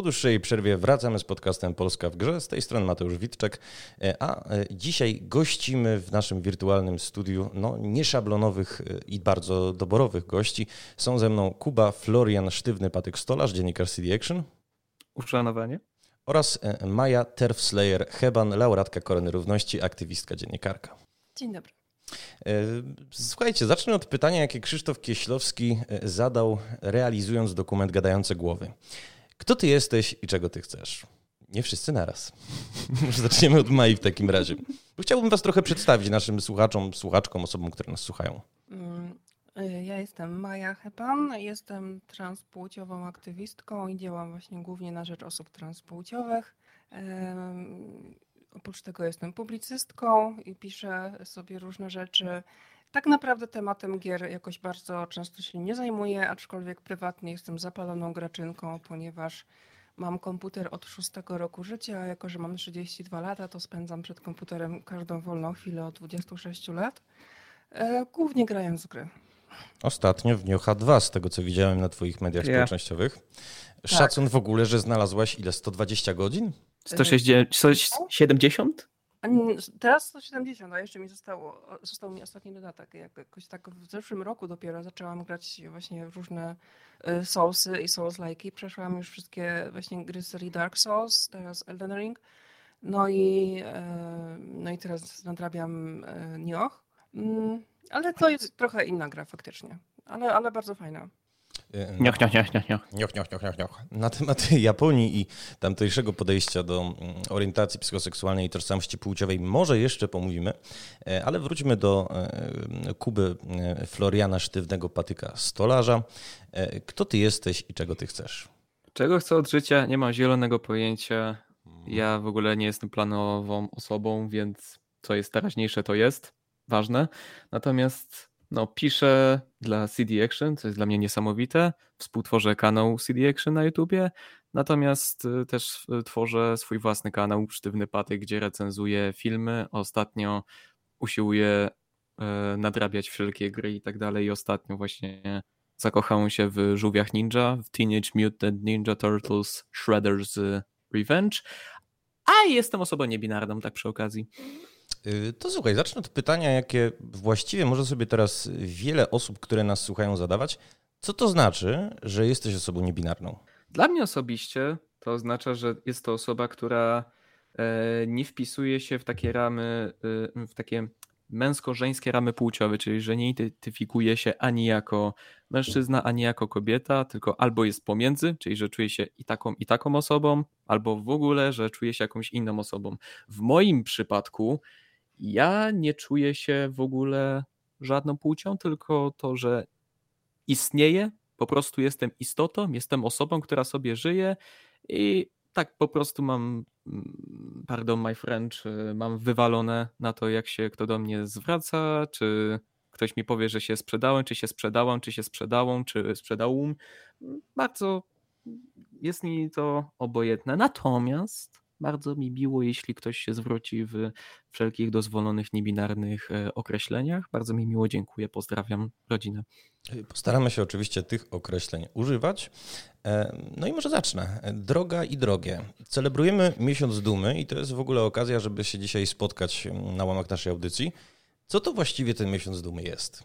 Po dłuższej przerwie wracamy z podcastem Polska w grze. Z tej strony Mateusz Witczek, a dzisiaj gościmy w naszym wirtualnym studiu nieszablonowych i bardzo doborowych gości. Są ze mną Kuba, Florian, Sztywny Patyk Stolarz, dziennikarz CD Action. Uszanowanie. Oraz Maja Terfslayer-Heban, laureatka Korony Równości, aktywistka, dziennikarka. Dzień dobry. Słuchajcie, zacznę od pytania, jakie Krzysztof Kieślowski zadał, realizując dokument Gadające Głowy. Kto ty jesteś i czego ty chcesz? Nie wszyscy naraz. Może zaczniemy od Mai w takim razie. Bo chciałbym was trochę przedstawić naszym słuchaczom, słuchaczkom, osobom, które nas słuchają. Ja jestem Maja Heban, jestem transpłciową aktywistką i działam właśnie głównie na rzecz osób transpłciowych. Oprócz tego jestem publicystką i piszę sobie różne rzeczy. Tak naprawdę tematem gier jakoś bardzo często się nie zajmuję, aczkolwiek prywatnie jestem zapaloną graczynką, ponieważ mam komputer od 6 roku życia, a jako że mam 32 lata, to spędzam przed komputerem każdą wolną chwilę od 26 lat, głównie grając w gry. Ostatnio w Niocha 2, z tego co widziałem na twoich mediach społecznościowych. Szacun w ogóle, że znalazłaś ile? 120 godzin? 170? Teraz 170, a jeszcze mi został mi ostatni dodatek. Jakoś tak w zeszłym roku dopiero zaczęłam grać właśnie w różne Soulsy i Souls-like'i. Przeszłam już wszystkie właśnie gry z serii Dark Souls, teraz Elden Ring. No i teraz nadrabiam Nioh. Ale to jest trochę inna gra faktycznie, ale bardzo fajna. Nioh. Na temat Japonii i tamtejszego podejścia do orientacji psychoseksualnej i tożsamości płciowej może jeszcze pomówimy, ale wróćmy do Kuby Floriana Sztywnego Patyka Stolarza. Kto ty jesteś i czego ty chcesz? Czego chcę od życia? Nie mam zielonego pojęcia. Ja w ogóle nie jestem planową osobą, więc co jest teraźniejsze, to jest ważne. Natomiast piszę dla CD Action, co jest dla mnie niesamowite. Współtworzę kanał CD Action na YouTubie, natomiast też tworzę swój własny kanał Sztywny Patyk, gdzie recenzuję filmy. Ostatnio usiłuję nadrabiać wszelkie gry i tak dalej. I ostatnio właśnie zakochałem się w Żółwiach Ninja, w Teenage Mutant Ninja Turtles Shredder's Revenge, a jestem osobą niebinarną, tak przy okazji. To słuchaj, zacznę od pytania, jakie właściwie może sobie teraz wiele osób, które nas słuchają, zadawać. Co to znaczy, że jesteś osobą niebinarną? Dla mnie osobiście to oznacza, że jest to osoba, która nie wpisuje się w takie ramy, w takie męsko-żeńskie ramy płciowe, czyli że nie identyfikuje się ani jako mężczyzna, ani jako kobieta, tylko albo jest pomiędzy, czyli że czuje się i taką osobą, albo w ogóle, że czuje się jakąś inną osobą. W moim przypadku ja nie czuję się w ogóle żadną płcią, tylko to, że istnieję, po prostu jestem istotą, jestem osobą, która sobie żyje i tak po prostu mam, pardon my French, mam wywalone na to, jak się kto do mnie zwraca, czy ktoś mi powie, że się sprzedałem, czy się sprzedałam, czy się sprzedałam, czy sprzedałam. Bardzo jest mi to obojętne. Natomiast bardzo mi miło, jeśli ktoś się zwróci w wszelkich dozwolonych niebinarnych określeniach. Bardzo mi miło, dziękuję, pozdrawiam rodzinę. Postaramy się oczywiście tych określeń używać. No i może zacznę. Droga i drogie. Celebrujemy Miesiąc Dumy i to jest w ogóle okazja, żeby się dzisiaj spotkać na łamach naszej audycji. Co to właściwie ten Miesiąc Dumy jest?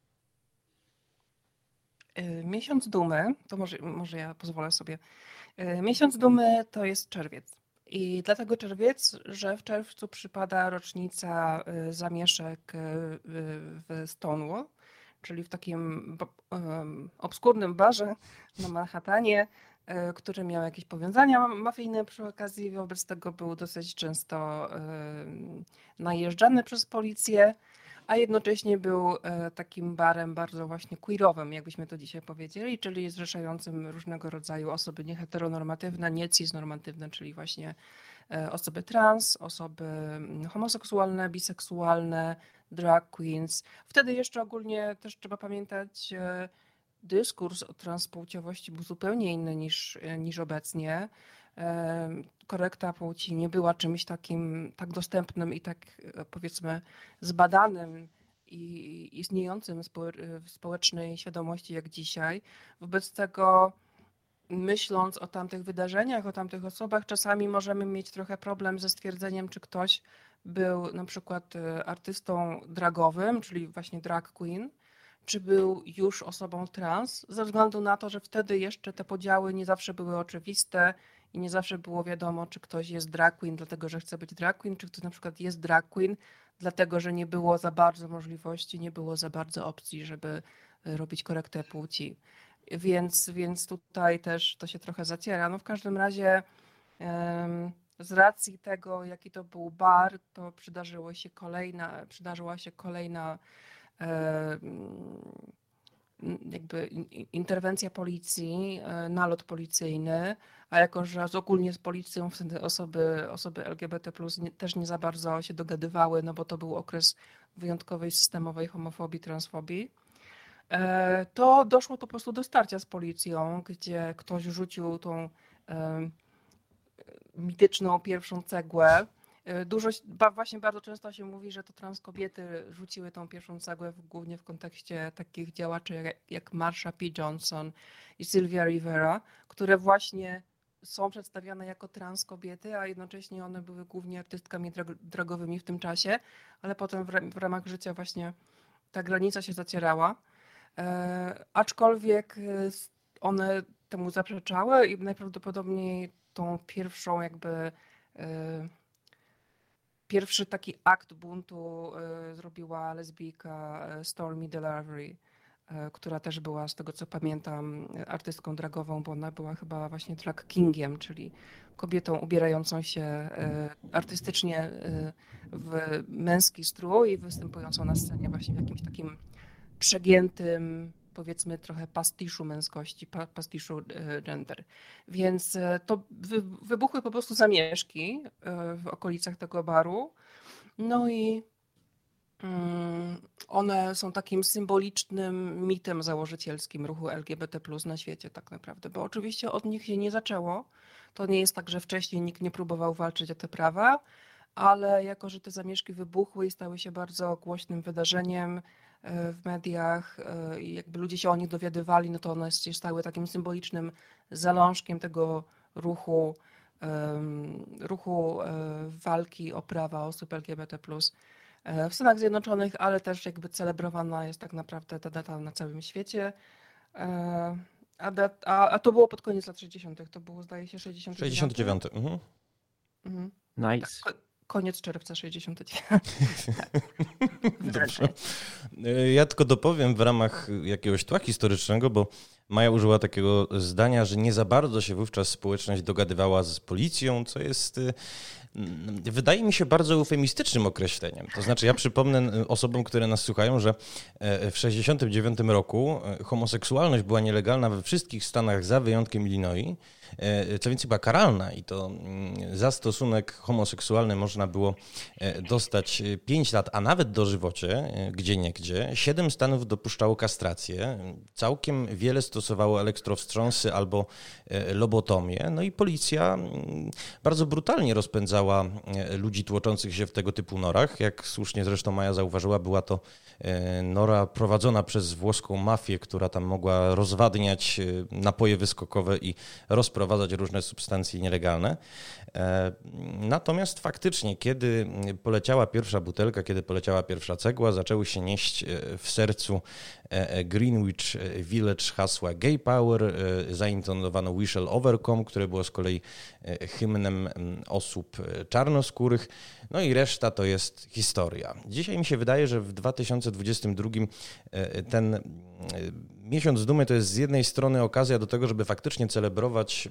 Miesiąc Dumy, to może ja pozwolę sobie. Miesiąc Dumy to jest czerwiec. I dlatego czerwiec, że w czerwcu przypada rocznica zamieszek w Stonewall, czyli w takim obskurnym barze na Manhattanie, który miał jakieś powiązania mafijne przy okazji, wobec tego był dosyć często najeżdżany przez policję, a jednocześnie był takim barem bardzo właśnie queerowym, jakbyśmy to dzisiaj powiedzieli, czyli zrzeszającym różnego rodzaju osoby nieheteronormatywne, nie cisnormatywne, czyli właśnie osoby trans, osoby homoseksualne, biseksualne, drag queens. Wtedy jeszcze ogólnie też trzeba pamiętać, dyskurs o transpłciowości był zupełnie inny niż obecnie. Korekta płci nie była czymś takim tak dostępnym i tak powiedzmy zbadanym i istniejącym w społecznej świadomości jak dzisiaj. Wobec tego myśląc o tamtych wydarzeniach, o tamtych osobach, czasami możemy mieć trochę problem ze stwierdzeniem, czy ktoś był na przykład artystą dragowym, czyli właśnie drag queen, czy był już osobą trans, ze względu na to, że wtedy jeszcze te podziały nie zawsze były oczywiste i nie zawsze było wiadomo, czy ktoś jest drag queen dlatego, że chce być drag queen, czy ktoś na przykład jest drag queen dlatego, że nie było za bardzo możliwości, nie było za bardzo opcji, żeby robić korektę płci. Więc tutaj też to się trochę zaciera. No w każdym razie z racji tego, jaki to był bar, to przydarzyła się kolejna jakby interwencja policji, nalot policyjny, a jako że ogólnie z policją wtedy osoby LGBT+ też nie za bardzo się dogadywały, no bo to był okres wyjątkowej systemowej homofobii, transfobii, to doszło po prostu do starcia z policją, gdzie ktoś rzucił tą mityczną pierwszą cegłę. Właśnie bardzo często się mówi, że to trans kobiety rzuciły tą pierwszą cegłę głównie w kontekście takich działaczy jak Marsha P. Johnson i Sylvia Rivera, które właśnie są przedstawiane jako trans kobiety, a jednocześnie one były głównie artystkami dragowymi w tym czasie, ale potem w ramach życia właśnie ta granica się zacierała. Aczkolwiek one temu zaprzeczały i najprawdopodobniej tą pierwszą pierwszy taki akt buntu zrobiła lesbijka Stormy DeLavery, która też była, z tego co pamiętam, artystką dragową, bo ona była chyba właśnie drag kingiem, czyli kobietą ubierającą się artystycznie w męski strój i występującą na scenie właśnie w jakimś takim przegiętym, powiedzmy trochę pastiszu męskości, pastiszu gender. Więc to wybuchły po prostu zamieszki w okolicach tego baru. No i one są takim symbolicznym mitem założycielskim ruchu LGBT+ na świecie tak naprawdę, bo oczywiście od nich się nie zaczęło. To nie jest tak, że wcześniej nikt nie próbował walczyć o te prawa, ale jako, że te zamieszki wybuchły i stały się bardzo głośnym wydarzeniem w mediach i jakby ludzie się o nich dowiadywali, no to one się stały takim symbolicznym zalążkiem tego ruchu walki o prawa osób LGBT+. W Stanach Zjednoczonych, ale też jakby celebrowana jest tak naprawdę ta data na całym świecie. A to było pod koniec lat 60. To było, zdaje się, 69. Nice. Tak, koniec czerwca 69. Dobrze. Ja tylko dopowiem w ramach jakiegoś tła historycznego, bo Maja użyła takiego zdania, że nie za bardzo się wówczas społeczność dogadywała z policją, co jest, wydaje mi się, bardzo eufemistycznym określeniem. To znaczy, ja przypomnę osobom, które nas słuchają, że w 1969 roku homoseksualność była nielegalna we wszystkich stanach za wyjątkiem Illinois, co więcej była karalna i to za stosunek homoseksualny można było dostać 5 lat, a nawet dożywocie, gdzieniegdzie. 7 stanów dopuszczało kastrację, całkiem wiele stosowało elektrowstrząsy albo lobotomię, no i policja bardzo brutalnie rozpędzała ludzi tłoczących się w tego typu norach. Jak słusznie zresztą Maja zauważyła, była to nora prowadzona przez włoską mafię, która tam mogła rozwadniać napoje wyskokowe i rozprowadzać różne substancje nielegalne. Natomiast faktycznie, kiedy poleciała pierwsza butelka, kiedy poleciała pierwsza cegła, zaczęły się nieść w sercu Greenwich Village hasła Gay Power, zaintonowano We Shall Overcome, które było z kolei hymnem osób czarnoskórych, no i reszta to jest historia. Dzisiaj mi się wydaje, że w 2022 ten Miesiąc Dumy to jest z jednej strony okazja do tego, żeby faktycznie celebrować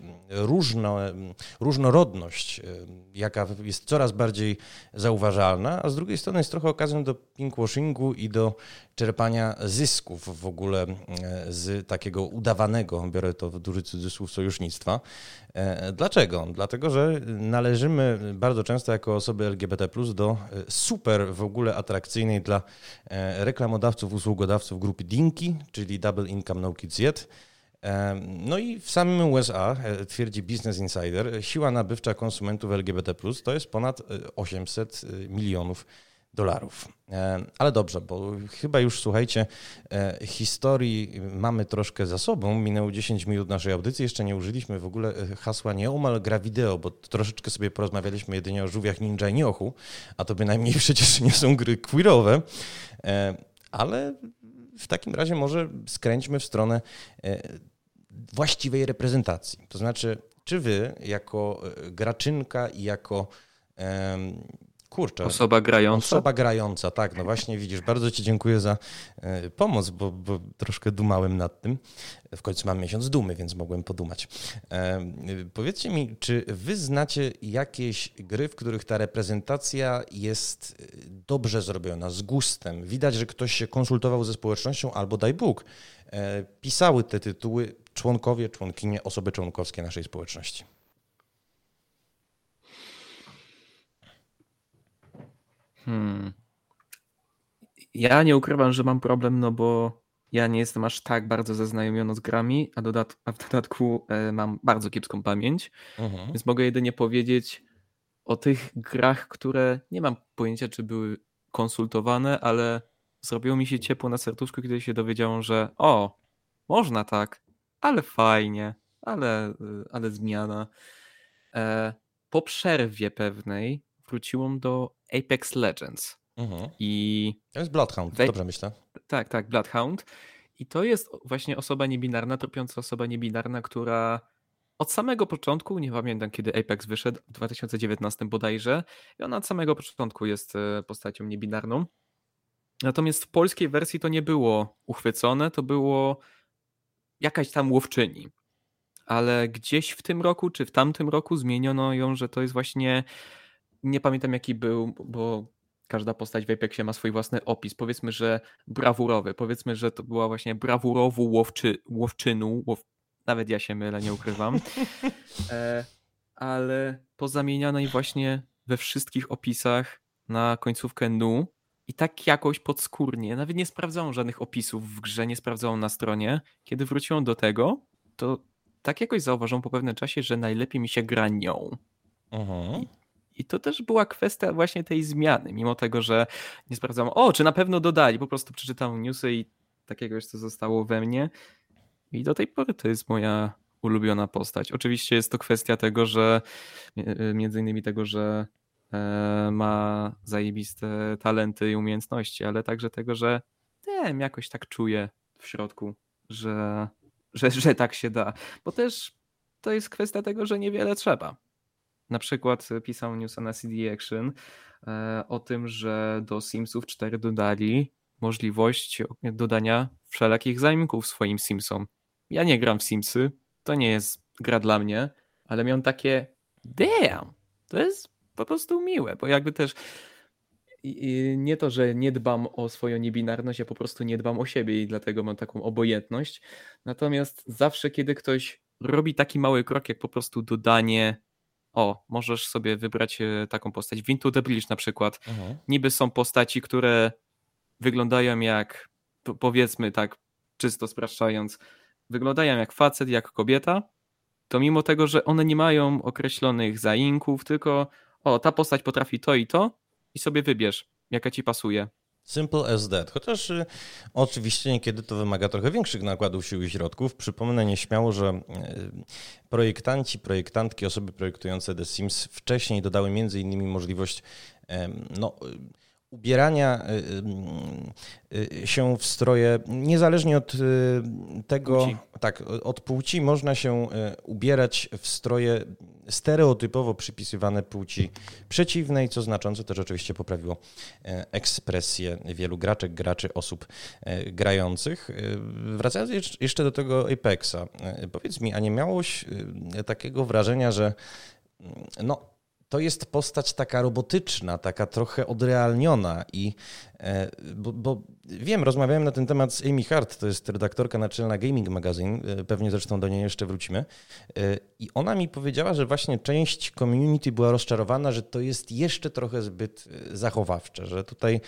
różnorodność, jaka jest coraz bardziej zauważalna, a z drugiej strony jest trochę okazją do pinkwashingu i do czerpania zysków w ogóle z takiego udawanego, biorę to w duży cudzysłów, sojusznictwa. Dlaczego? Dlatego, że należymy bardzo często jako osoby LGBT+ do super w ogóle atrakcyjnej dla reklamodawców, usługodawców grupy Dinky, czyli Double Income No Kids Yet. No i w samym USA, twierdzi Business Insider, siła nabywcza konsumentów LGBT+ to jest ponad 800 milionów Ale dobrze, bo chyba już, słuchajcie, historii mamy troszkę za sobą. Minęło 10 minut naszej audycji, jeszcze nie użyliśmy w ogóle hasła Nieomal gra wideo, bo troszeczkę sobie porozmawialiśmy jedynie o żółwiach ninja i niochu, a to bynajmniej przecież nie są gry queerowe. Ale w takim razie może skręćmy w stronę właściwej reprezentacji. To znaczy, czy wy jako graczynka i jako osoba grająca, tak, no właśnie widzisz, bardzo ci dziękuję za pomoc, bo troszkę dumałem nad tym. W końcu mam miesiąc dumy, więc mogłem podumać. Powiedzcie mi, czy wy znacie jakieś gry, w których ta reprezentacja jest dobrze zrobiona, z gustem? Widać, że ktoś się konsultował ze społecznością albo, daj Bóg, pisały te tytuły członkowie, członkinie, osoby członkowskie naszej społeczności. Ja nie ukrywam, że mam problem, no bo ja nie jestem aż tak bardzo zaznajomiony z grami, a w dodatku mam bardzo kiepską pamięć, więc mogę jedynie powiedzieć o tych grach, które nie mam pojęcia, czy były konsultowane, ale zrobiło mi się ciepło na serduszku, kiedy się dowiedziałem, że można tak, ale fajnie, ale zmiana. Po przerwie pewnej wróciłem do Apex Legends. I to jest Bloodhound, dobrze myślę. Tak, Bloodhound. I to jest właśnie osoba niebinarna, tropiąca osoba niebinarna, która od samego początku, nie pamiętam kiedy Apex wyszedł, w 2019 bodajże, i ona od samego początku jest postacią niebinarną. Natomiast w polskiej wersji to nie było uchwycone, to było jakaś tam łowczyni. Ale gdzieś w tym roku, czy w tamtym roku zmieniono ją, że to jest właśnie, nie pamiętam jaki był, bo każda postać w Apexie ma swój własny opis. Powiedzmy, że brawurowy. Powiedzmy, że to była właśnie brawurową łowczyną. Nawet ja się mylę, nie ukrywam. Ale pozamieniano jej właśnie we wszystkich opisach na końcówkę NU i tak jakoś podskórnie. Nawet nie sprawdzałem żadnych opisów w grze, nie sprawdzałem na stronie. Kiedy wróciłem do tego, to tak jakoś zauważyłem po pewnym czasie, że najlepiej mi się gra nią. I to też była kwestia właśnie tej zmiany, mimo tego, że nie sprawdzałem, czy na pewno dodali, po prostu przeczytałem newsy i takiego już to zostało we mnie. I do tej pory to jest moja ulubiona postać. Oczywiście jest to kwestia tego, że między innymi tego, że ma zajebiste talenty i umiejętności, ale także tego, że jakoś tak czuję w środku, że tak się da. Bo też to jest kwestia tego, że niewiele trzeba. Na przykład pisał newsa na CD Action o tym, że do Simsów 4 dodali możliwość dodania wszelakich zajmków swoim Simsom. Ja nie gram w Simsy, to nie jest gra dla mnie, ale miałem takie to jest po prostu miłe, bo jakby też nie to, że nie dbam o swoją niebinarność, ja po prostu nie dbam o siebie i dlatego mam taką obojętność. Natomiast zawsze, kiedy ktoś robi taki mały krok, jak po prostu dodanie możesz sobie wybrać taką postać. W Into the Breach na przykład. Niby są postaci, które wyglądają jak, powiedzmy tak, czysto spraszczając, wyglądają jak facet, jak kobieta, to mimo tego, że one nie mają określonych zaimków, tylko ta postać potrafi to i sobie wybierz, jaka ci pasuje. Simple as that. Chociaż oczywiście niekiedy to wymaga trochę większych nakładów sił i środków. Przypomnę nieśmiało, że projektantki, osoby projektujące The Sims wcześniej dodały między innymi możliwość ubierania się w stroje, niezależnie od tego, płci. Tak, od płci można się ubierać w stroje stereotypowo przypisywane płci przeciwnej, co znacząco też oczywiście poprawiło ekspresję wielu graczy, osób grających. Wracając jeszcze do tego Apexa, powiedz mi, a nie miałeś takiego wrażenia, że to jest postać taka robotyczna, taka trochę odrealniona bo wiem, rozmawiałem na ten temat z Amy Hart, to jest redaktorka naczelna Gaming Magazine, pewnie zresztą do niej jeszcze wrócimy, i ona mi powiedziała, że właśnie część community była rozczarowana, że to jest jeszcze trochę zbyt zachowawcze, że tutaj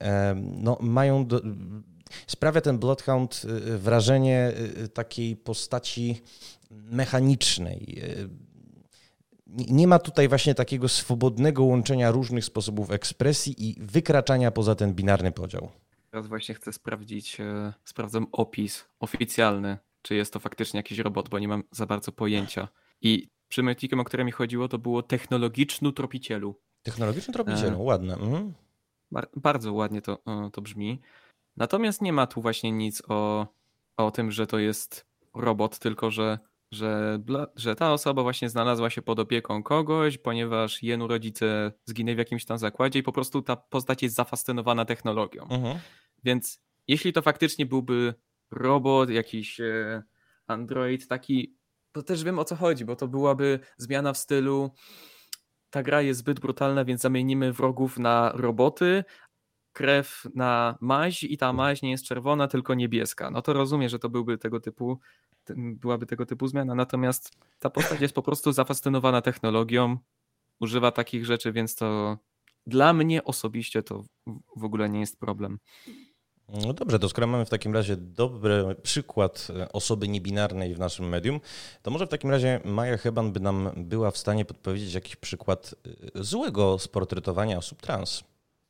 sprawia ten Bloodhound wrażenie takiej postaci mechanicznej. nie ma tutaj właśnie takiego swobodnego łączenia różnych sposobów ekspresji i wykraczania poza ten binarny podział. Teraz właśnie chcę sprawdzam opis oficjalny, czy jest to faktycznie jakiś robot, bo nie mam za bardzo pojęcia. I przymiotnikiem, o które mi chodziło, to było technologiczny tropicielu. Technologiczny tropicielu, ładne. Mhm. Bardzo ładnie to brzmi. Natomiast nie ma tu właśnie nic o tym, że to jest robot, tylko że ta osoba właśnie znalazła się pod opieką kogoś, ponieważ jenu rodzice zginęli w jakimś tam zakładzie i po prostu ta postać jest zafascynowana technologią. Mhm. Więc jeśli to faktycznie byłby robot, jakiś android taki, to też wiem o co chodzi, bo to byłaby zmiana w stylu ta gra jest zbyt brutalna, więc zamienimy wrogów na roboty, krew na maź i ta maź nie jest czerwona, tylko niebieska. No to rozumiem, że to byłaby tego typu zmiana, natomiast ta postać jest po prostu zafascynowana technologią, używa takich rzeczy, więc to dla mnie osobiście to w ogóle nie jest problem. No dobrze, to skoro mamy w takim razie dobry przykład osoby niebinarnej w naszym medium, to może w takim razie Maja Heban by nam była w stanie podpowiedzieć jakiś przykład złego sportretowania osób trans.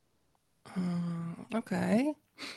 Okej.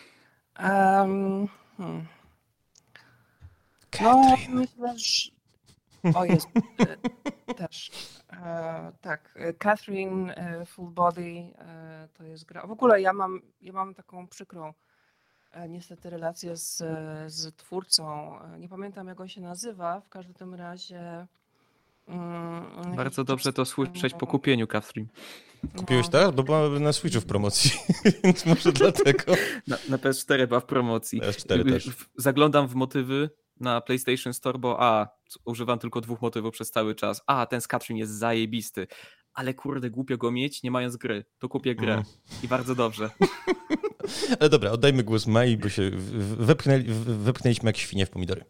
No, Katrin. myślę, że... O, jest też. Tak, Catherine Full Body to jest gra. W ogóle ja mam taką przykrą niestety relację z twórcą. Nie pamiętam, jak on się nazywa. W każdym razie... Bardzo dobrze to słyszeć po kupieniu, Catherine. Kupiłeś tak? Bo była na Switchu w promocji, więc może dlatego. Na PS4 była w promocji. PS4 też. Zaglądam w motywy na PlayStation Store, bo używam tylko 2 motywów przez cały czas. Ten z Catherine jest zajebisty. Ale kurde, głupio go mieć, nie mając gry. To kupię grę. I bardzo dobrze. Ale dobra, oddajmy głos Mai, bo się wepchnęliśmy jak świnie w pomidory.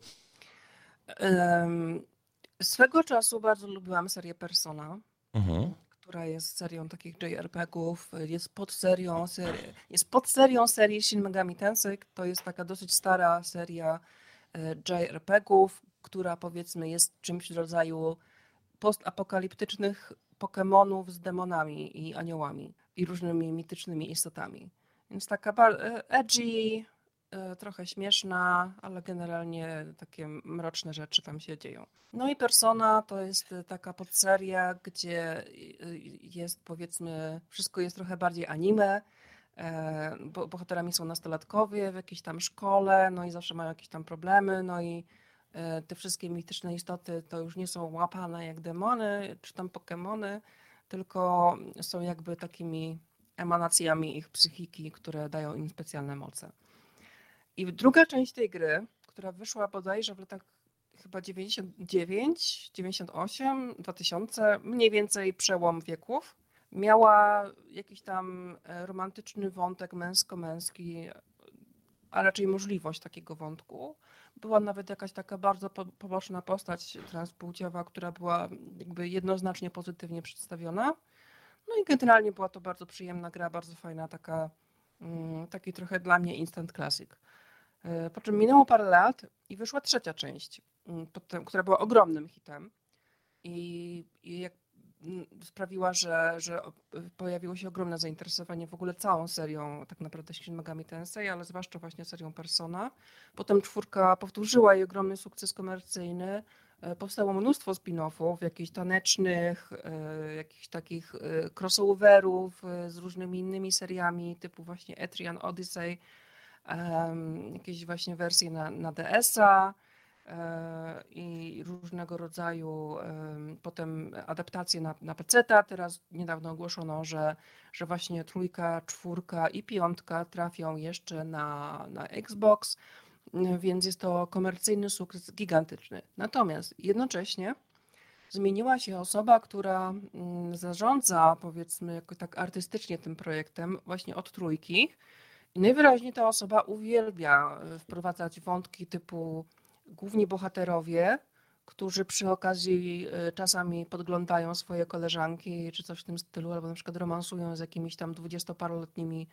Swego czasu bardzo lubiłam serię Persona, która jest serią takich JRPG-ów, jest podserią serii Shin Megami Tensei. To jest taka dosyć stara seria JRPG-ów, która powiedzmy jest czymś w rodzaju postapokaliptycznych Pokemonów z demonami i aniołami i różnymi mitycznymi istotami. Więc taka edgy, trochę śmieszna, ale generalnie takie mroczne rzeczy tam się dzieją. No i Persona to jest taka podseria, gdzie jest powiedzmy, wszystko jest trochę bardziej anime, bo bohaterami są nastolatkowie w jakiejś tam szkole, no i zawsze mają jakieś tam problemy, no i te wszystkie mityczne istoty to już nie są łapane jak demony czy tam Pokemony, tylko są jakby takimi emanacjami ich psychiki, które dają im specjalne moce. I druga część tej gry, która wyszła bodajże w latach chyba 99, 98, 2000, mniej więcej przełom wieków, miała jakiś tam romantyczny wątek męsko-męski, a raczej możliwość takiego wątku. Była nawet jakaś taka bardzo poboczna postać transpłciowa, która była jakby jednoznacznie pozytywnie przedstawiona. No i generalnie była to bardzo przyjemna gra, bardzo fajna, taki trochę dla mnie instant classic. Po czym minęło parę lat i wyszła trzecia część, która była ogromnym hitem i jak sprawiła, że pojawiło się ogromne zainteresowanie w ogóle całą serią tak naprawdę Shin Megami Tensei, ale zwłaszcza właśnie serią Persona. Potem 4 powtórzyła jej ogromny sukces komercyjny. Powstało mnóstwo spin-offów, jakichś tanecznych, jakichś takich crossoverów z różnymi innymi seriami typu właśnie Etrian Odyssey, jakieś właśnie wersje na DS-a i różnego rodzaju potem adaptacje na PC-ta. Teraz niedawno ogłoszono, że właśnie 3, 4 i 5 trafią jeszcze na Xbox, więc jest to komercyjny sukces gigantyczny. Natomiast jednocześnie zmieniła się osoba, która zarządza, powiedzmy, jako tak artystycznie tym projektem właśnie od 3. I najwyraźniej ta osoba uwielbia wprowadzać wątki typu główni bohaterowie, którzy przy okazji czasami podglądają swoje koleżanki czy coś w tym stylu, albo na przykład romansują z jakimiś tam 20-paroletnimi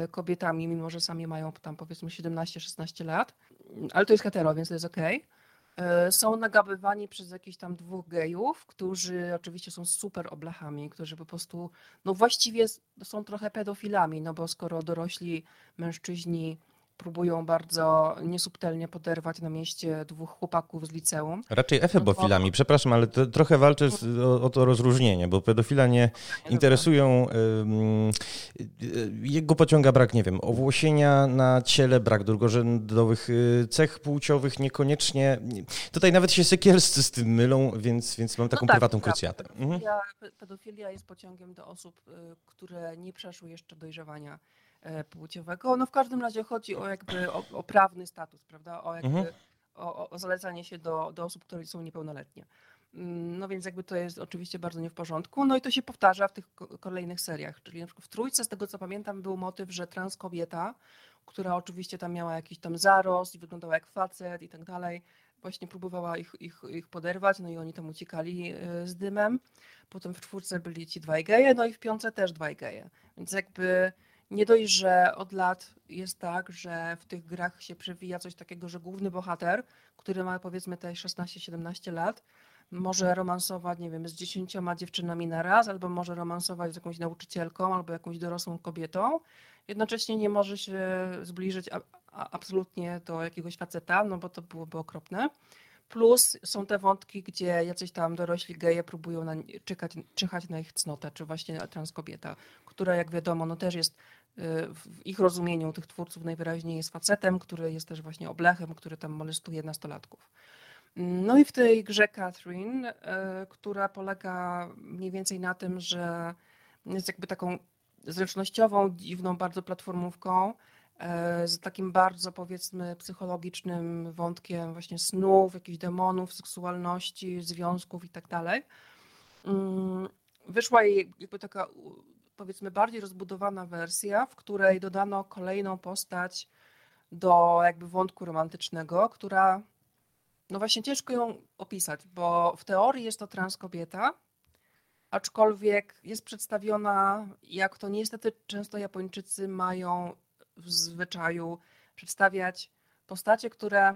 kobietami, mimo że sami mają tam powiedzmy 17-16 lat. Ale to jest hetero, więc to jest okej. Są nagabywani przez jakichś tam 2 gejów, którzy oczywiście są super oblechami, którzy po prostu, no właściwie są trochę pedofilami, no bo skoro dorośli mężczyźni próbują bardzo niesubtelnie poderwać na mieście 2 chłopaków z liceum. Raczej efebofilami, przepraszam, ale to trochę walczę o to rozróżnienie, bo pedofila nie interesują, jego pociąga brak, nie wiem, owłosienia na ciele, brak drugorzędowych cech płciowych, niekoniecznie. Tutaj nawet się sekielscy z tym mylą, więc mam taką prywatną krucjatę. Pedofilia jest pociągiem do osób, które nie przeszły jeszcze dojrzewania płciowego. No w każdym razie chodzi o prawny status, prawda? O zalecanie się do osób, które są niepełnoletnie. No więc to jest oczywiście bardzo nie w porządku. No i to się powtarza w tych kolejnych seriach. Czyli na przykład w Trójce, z tego co pamiętam, był motyw, że trans kobieta, która oczywiście tam miała jakiś tam zarost i wyglądała jak facet i tak dalej, właśnie próbowała ich poderwać, no i oni tam uciekali z dymem. Potem w 4 byli ci 2 geje, no i w 5 też 2 geje. Więc nie dość, że od lat jest tak, że w tych grach się przewija coś takiego, że główny bohater, który ma powiedzmy te 16-17 lat, może romansować, nie wiem, z 10 dziewczynami na raz, albo może romansować z jakąś nauczycielką, albo jakąś dorosłą kobietą. Jednocześnie nie może się zbliżyć absolutnie do jakiegoś faceta, no bo to byłoby okropne. Plus są te wątki, gdzie jacyś tam dorośli geje próbują czyhać na ich cnotę, czy właśnie trans kobieta, która jak wiadomo, no też jest w ich rozumieniu tych twórców najwyraźniej jest facetem, który jest też właśnie oblechem, który tam molestuje nastolatków. No i w tej grze Catherine, która polega mniej więcej na tym, że jest taką zręcznościową, dziwną bardzo platformówką, z takim bardzo powiedzmy psychologicznym wątkiem właśnie snów, jakichś demonów, seksualności, związków i tak dalej. Wyszła jej taka powiedzmy bardziej rozbudowana wersja, w której dodano kolejną postać do wątku romantycznego, która no właśnie ciężko ją opisać, bo w teorii jest to trans kobieta, aczkolwiek jest przedstawiona, jak to niestety często Japończycy mają w zwyczaju przedstawiać postacie, które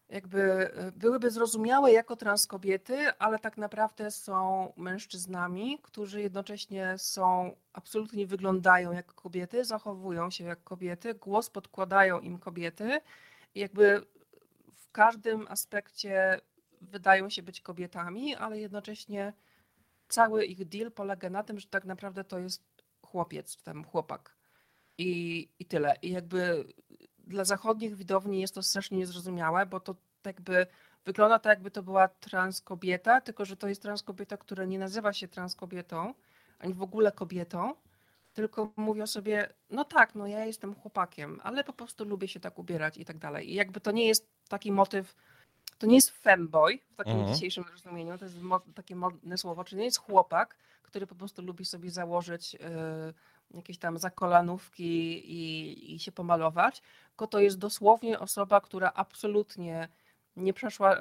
byłyby zrozumiałe jako trans kobiety, ale tak naprawdę są mężczyznami, którzy jednocześnie absolutnie wyglądają jak kobiety, zachowują się jak kobiety, głos podkładają im kobiety i w każdym aspekcie wydają się być kobietami, ale jednocześnie cały ich deal polega na tym, że tak naprawdę to jest chłopiec, ten chłopak. I tyle. I dla zachodnich widowni jest to strasznie niezrozumiałe, bo to wygląda tak, jakby to była trans kobieta, tylko że to jest trans kobieta, która nie nazywa się trans kobietą, ani w ogóle kobietą, tylko mówią sobie, no tak, no ja jestem chłopakiem, ale po prostu lubię się tak ubierać i tak dalej. I to nie jest taki motyw, to nie jest femboy w takim dzisiejszym rozumieniu, to jest takie modne słowo, czyli nie jest chłopak, który po prostu lubi sobie założyć jakieś tam zakolanówki i się pomalować, tylko to jest dosłownie osoba, która absolutnie nie przeszła,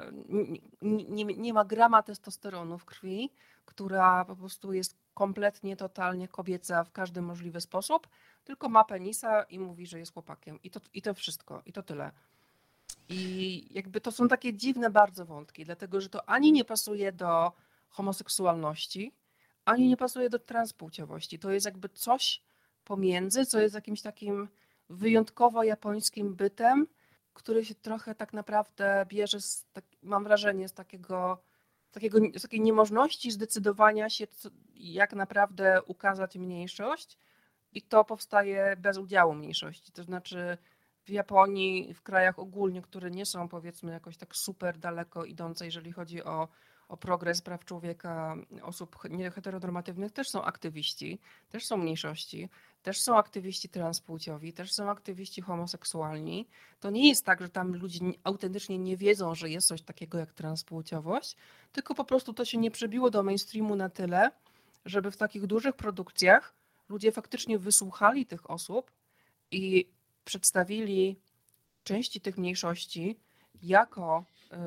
nie ma grama testosteronu w krwi, która po prostu jest kompletnie, totalnie kobieca w każdy możliwy sposób, tylko ma penisa i mówi, że jest chłopakiem. I to wszystko, i to tyle. I to są takie dziwne bardzo wątki, dlatego że to ani nie pasuje do homoseksualności, ani nie pasuje do transpłciowości. To jest coś pomiędzy, co jest jakimś takim wyjątkowo japońskim bytem, który się trochę tak naprawdę bierze, mam wrażenie, z takiej niemożności zdecydowania się, jak naprawdę ukazać mniejszość, i to powstaje bez udziału mniejszości. To znaczy w Japonii, w krajach ogólnie, które nie są powiedzmy jakoś tak super daleko idące, jeżeli chodzi o progres praw człowieka, osób nieheteronormatywnych, też są aktywiści, też są mniejszości, też są aktywiści transpłciowi, też są aktywiści homoseksualni. To nie jest tak, że tam ludzie autentycznie nie wiedzą, że jest coś takiego jak transpłciowość, tylko po prostu to się nie przebiło do mainstreamu na tyle, żeby w takich dużych produkcjach ludzie faktycznie wysłuchali tych osób i przedstawili części tych mniejszości jako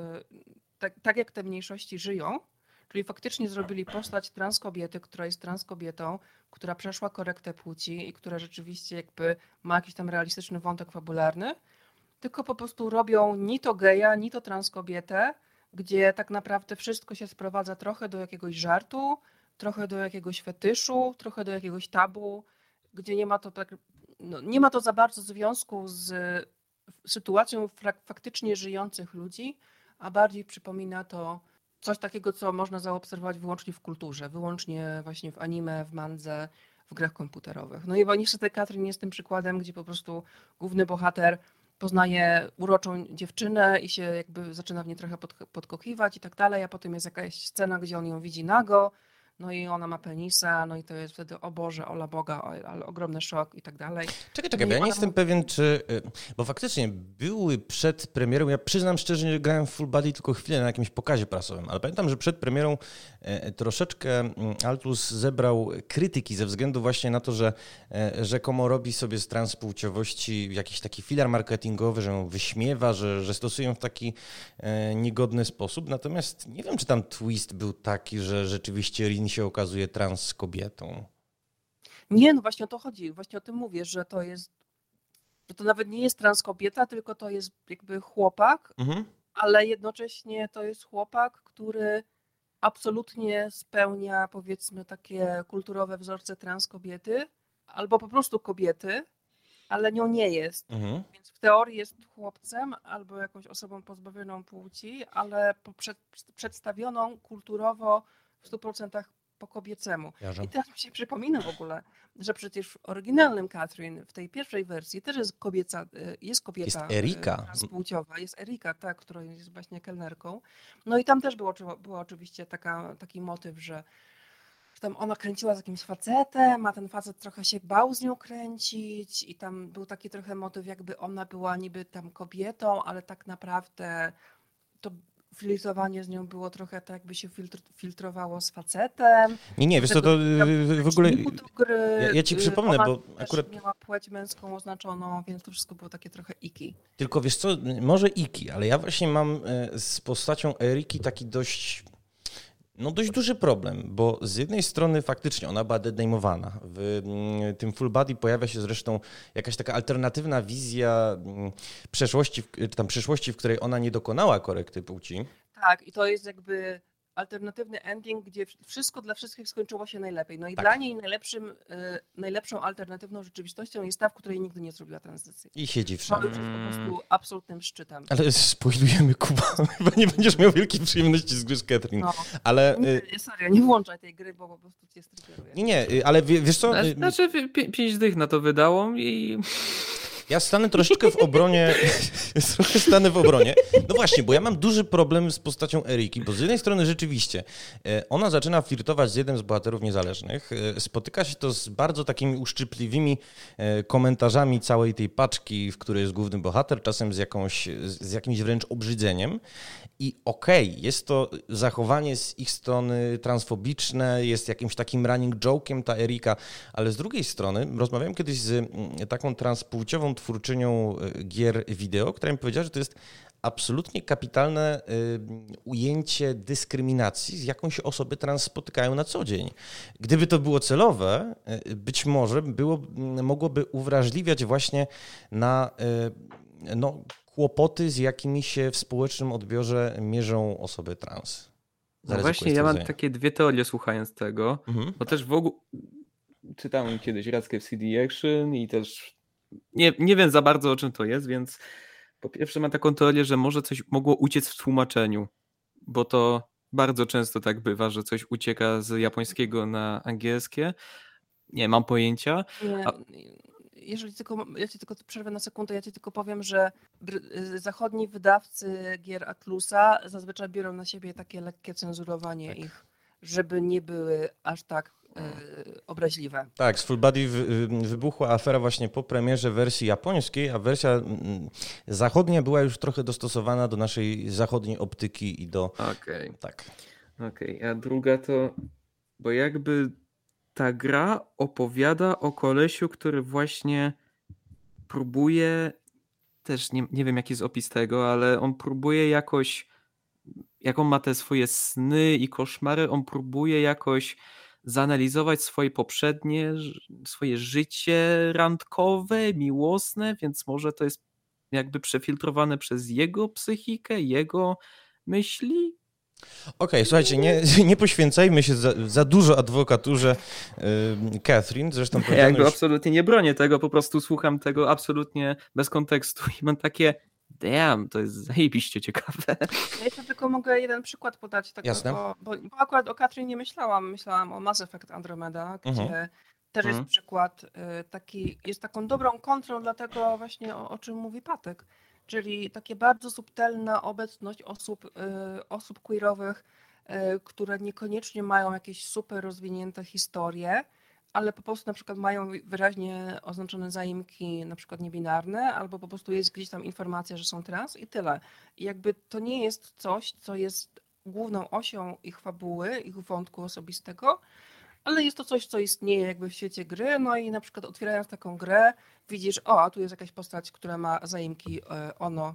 tak jak te mniejszości żyją, czyli faktycznie zrobili postać trans kobiety, która jest trans kobietą, która przeszła korektę płci i która rzeczywiście ma jakiś tam realistyczny wątek fabularny, tylko po prostu robią ni to geja, ni to trans kobietę gdzie tak naprawdę wszystko się sprowadza trochę do jakiegoś żartu, trochę do jakiegoś fetyszu, trochę do jakiegoś tabu, gdzie nie ma to tak, nie ma to za bardzo związku z sytuacją faktycznie żyjących ludzi, a bardziej przypomina to coś takiego, co można zaobserwować wyłącznie w kulturze, wyłącznie właśnie w anime, w mandze, w grach komputerowych. No i niestety Katrin jest tym przykładem, gdzie po prostu główny bohater poznaje uroczą dziewczynę i się jakby zaczyna w niej trochę podkochiwać i tak dalej, a potem jest jakaś scena, gdzie on ją widzi nago, no i ona ma penisa, no i to jest wtedy, o Boże, ola Boga, ale ogromny szok i tak dalej. Czekaj, bo ja nie jestem pewien, czy... Bo faktycznie były przed premierą, ja przyznam szczerze, że grałem w Full Body tylko chwilę na jakimś pokazie prasowym, ale pamiętam, że przed premierą troszeczkę Atlus zebrał krytyki ze względu właśnie na to, że rzekomo robi sobie z transpłciowości jakiś taki filar marketingowy, że ją wyśmiewa, że stosuje ją w taki niegodny sposób. Natomiast nie wiem, czy tam twist był taki, że rzeczywiście Rin się okazuje trans kobietą. Nie, no właśnie o to chodzi. Właśnie o tym mówię, że to nawet nie jest trans kobieta, tylko to jest jakby chłopak, ale jednocześnie to jest chłopak, który absolutnie spełnia, powiedzmy, takie kulturowe wzorce trans kobiety, albo po prostu kobiety, ale nią nie jest. Więc w teorii jest chłopcem albo jakąś osobą pozbawioną płci, ale przedstawioną kulturowo w 100% po kobiecemu. Jarze. I teraz mi się przypomina w ogóle, że przecież w oryginalnym Katrin, w tej pierwszej wersji też jest kobieta Jest Erika. transpłciowa, jest Erika, tak, która jest właśnie kelnerką. No i tam też było oczywiście taki motyw, że tam ona kręciła z jakimś facetem, a ten facet trochę się bał z nią kręcić i tam był taki trochę motyw, jakby ona była niby tam kobietą, ale tak naprawdę to flirtowanie z nią było trochę tak, jakby się filtrowało z facetem. Nie, wiesz co, to w ogóle... Ja ci przypomnę, ona bo też akurat... miała płeć męską oznaczoną, więc to wszystko było takie trochę iki. Tylko wiesz co, może iki, ale ja właśnie mam z postacią Eriki taki dość duży problem, bo z jednej strony faktycznie ona była dename'owana. W tym Full Body pojawia się zresztą jakaś taka alternatywna wizja przeszłości, czy tam przyszłości, w której ona nie dokonała korekty płci. Tak, i to jest jakby alternatywny ending, gdzie wszystko dla wszystkich skończyło się najlepiej. No i Tak. dla niej najlepszą alternatywną rzeczywistością jest ta, w której nigdy nie zrobiła tranzycji. I siedzi w To szafie. już jest po prostu absolutnym szczytem. Ale spoilujemy, Kuba, chyba nie będziesz miał wielkiej przyjemności z gry z Katrin. No. Ale... Nie, serio, nie włączaj tej gry, bo po prostu cię strygeruje. Nie, ale wiesz co... Znaczy 5 dych na to wydało i... Ja stanę troszeczkę w obronie. No właśnie, bo ja mam duży problem z postacią Eriki, bo z jednej strony rzeczywiście ona zaczyna flirtować z jednym z bohaterów niezależnych, spotyka się to z bardzo takimi uszczypliwymi komentarzami całej tej paczki, w której jest główny bohater, czasem z jakimś wręcz obrzydzeniem. I jest to zachowanie z ich strony transfobiczne, jest jakimś takim running joke'iem ta Erika, ale z drugiej strony rozmawiałem kiedyś z taką transpłciową twórczynią gier wideo, która mi powiedziała, że to jest absolutnie kapitalne ujęcie dyskryminacji, z jaką się osoby trans spotykają na co dzień. Gdyby to było celowe, być może mogłoby uwrażliwiać właśnie na kłopoty, z jakimi się w społecznym odbiorze mierzą osoby trans. No właśnie, ja mam takie 2 teorie słuchając tego, bo też w ogóle czytałem kiedyś Radkę w CD Action i też nie wiem za bardzo, o czym to jest, więc po pierwsze mam taką teorię, że może coś mogło uciec w tłumaczeniu, bo to bardzo często tak bywa, że coś ucieka z japońskiego na angielskie. Nie mam pojęcia. Ja ci tylko przerwę na sekundę, ja ci tylko powiem, że zachodni wydawcy gier Atlusa zazwyczaj biorą na siebie takie lekkie cenzurowanie ich, żeby nie były aż tak obraźliwe. Tak, z Full Body wybuchła afera właśnie po premierze wersji japońskiej, a wersja zachodnia była już trochę dostosowana do naszej zachodniej optyki i do... Okej. Tak. Okej, a druga to... Bo jakby ta gra opowiada o kolesiu, który właśnie próbuje... Też nie wiem, jaki jest opis tego, ale on próbuje jakoś... Jak on ma te swoje sny i koszmary, on próbuje jakoś zanalizować swoje życie randkowe, miłosne, więc może to jest jakby przefiltrowane przez jego psychikę, jego myśli. Okej, słuchajcie, nie poświęcajmy się za dużo adwokaturze Catherine, zresztą Ja powiedziano jakby już... absolutnie nie bronię tego, po prostu słucham tego absolutnie bez kontekstu i mam takie damn, to jest zajebiście ciekawe. Ja jeszcze tylko mogę jeden przykład podać, Jasne. bo akurat o Katrin nie myślałam o Mass Effect Andromeda, gdzie też jest przykład taki, jest taką dobrą kontrą dla tego właśnie, o czym mówi Patek, czyli takie bardzo subtelna obecność osób queerowych, które niekoniecznie mają jakieś super rozwinięte historie, ale po prostu na przykład mają wyraźnie oznaczone zaimki, na przykład niebinarne, albo po prostu jest gdzieś tam informacja, że są trans i tyle. I jakby to nie jest coś, co jest główną osią ich fabuły, ich wątku osobistego, ale jest to coś, co istnieje jakby w świecie gry, no i na przykład otwierając taką grę, widzisz, a tu jest jakaś postać, która ma zaimki ono,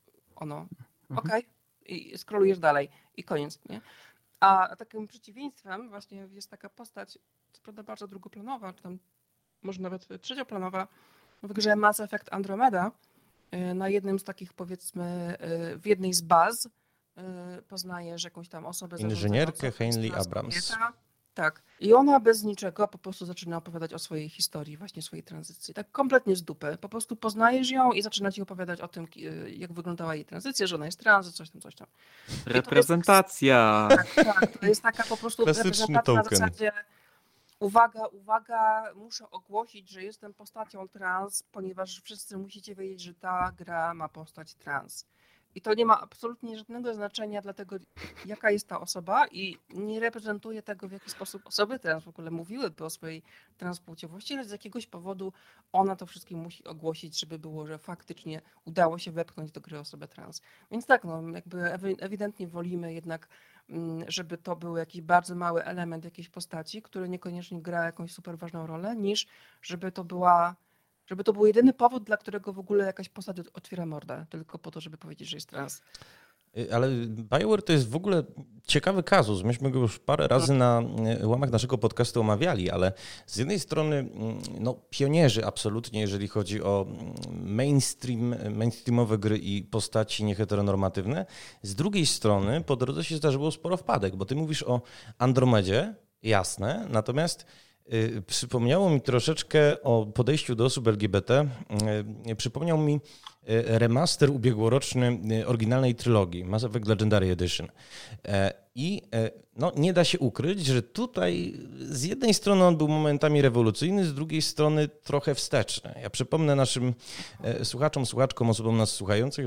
okej, i scrollujesz dalej i koniec, nie? A takim przeciwieństwem właśnie jest taka postać, co prawda bardzo drugoplanowa, czy tam może nawet trzecioplanowa, w grze Mass Effect Andromeda. Na jednym z takich, powiedzmy, w jednej z baz poznajesz jakąś tam osobę Inżynierkę Hayley Abrams. Tak. I ona bez niczego po prostu zaczyna opowiadać o swojej historii, właśnie swojej tranzycji. Tak kompletnie z dupy. Po prostu poznajesz ją i zaczyna ci opowiadać o tym, jak wyglądała jej tranzycja, że ona jest trans, coś tam. Reprezentacja. Tak, to jest taka po prostu reprezentacja na zasadzie uwaga, muszę ogłosić, że jestem postacią trans, ponieważ wszyscy musicie wiedzieć, że ta gra ma postać trans. I to nie ma absolutnie żadnego znaczenia dla tego, jaka jest ta osoba i nie reprezentuje tego, w jaki sposób osoby trans w ogóle mówiłyby o swojej transpłciowości, ale z jakiegoś powodu ona to wszystkim musi ogłosić, żeby było, że faktycznie udało się wepchnąć do gry osobę trans. Więc tak, no jakby ewidentnie wolimy jednak, żeby to był jakiś bardzo mały element jakiejś postaci, który niekoniecznie gra jakąś super ważną rolę, niż żeby to był jedyny powód, dla którego w ogóle jakaś postać otwiera mordę, tylko po to, żeby powiedzieć, że jest trans. Ale BioWare to jest w ogóle ciekawy kazus. Myśmy go już parę razy na łamach naszego podcastu omawiali, ale z jednej strony pionierzy absolutnie, jeżeli chodzi o mainstreamowe gry i postaci nieheteronormatywne. Z drugiej strony po drodze się zdarzyło sporo wpadek, bo ty mówisz o Andromedzie, jasne, natomiast przypomniało mi troszeczkę o podejściu do osób LGBT. Przypomniał mi remaster ubiegłoroczny oryginalnej trylogii Mass Effect Legendary Edition. I nie da się ukryć, że tutaj z jednej strony on był momentami rewolucyjny, z drugiej strony trochę wsteczny. Ja przypomnę naszym słuchaczkom, osobom nas słuchającym,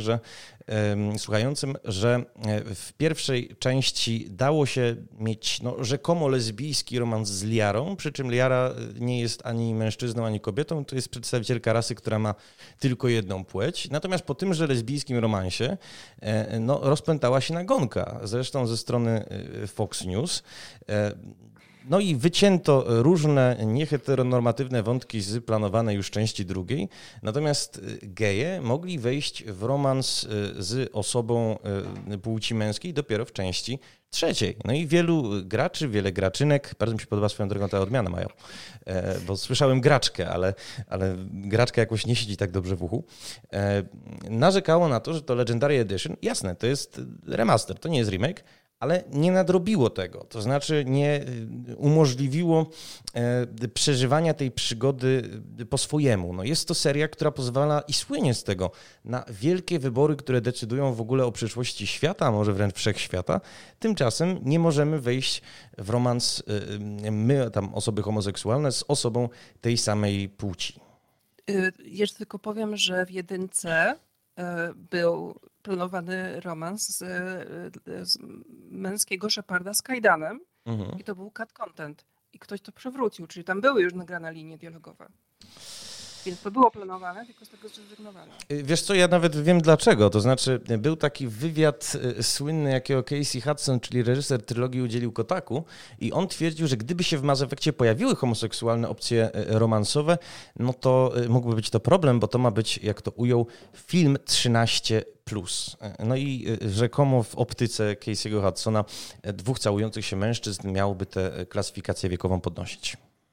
że w pierwszej części dało się mieć rzekomo lesbijski romans z Liarą, przy czym Liara nie jest ani mężczyzną, ani kobietą, to jest przedstawicielka rasy, która ma tylko jedną płeć. Natomiast po tymże lesbijskim romansie rozpętała się nagonka, zresztą ze strony Fox News. No i wycięto różne nieheteronormatywne wątki z planowanej już części drugiej, natomiast geje mogli wejść w romans z osobą płci męskiej dopiero w części trzeciej. No i wiele graczynek, bardzo mi się podoba swoją drogą ta odmiana mają, bo słyszałem graczkę, ale graczka jakoś nie siedzi tak dobrze w uchu, narzekało na to, że to Legendary Edition, jasne, to jest remaster, to nie jest remake, ale nie nadrobiło tego, to znaczy nie umożliwiło przeżywania tej przygody po swojemu. Jest to seria, która pozwala i słynie z tego na wielkie wybory, które decydują w ogóle o przyszłości świata, a może wręcz wszechświata. Tymczasem nie możemy wejść w romans, my tam osoby homoseksualne, z osobą tej samej płci. Jeszcze tylko powiem, że w jedynce był planowany romans z męskiego Sheparda z Kajdanem i to był cut content i ktoś to przewrócił, czyli tam były już nagrane linie dialogowe. Więc to było planowane, tylko z tego zrezygnowano. Wiesz co, ja nawet wiem dlaczego. To znaczy, był taki wywiad słynny, jakiego Casey Hudson, czyli reżyser trylogii, udzielił Kotaku i on twierdził, że gdyby się w Mass Effectie pojawiły homoseksualne opcje romansowe, to mógłby być to problem, bo to ma być, jak to ujął, film 13+. No i rzekomo w optyce Casey'ego Hudsona dwóch całujących się mężczyzn miałoby tę klasyfikację wiekową podnosić.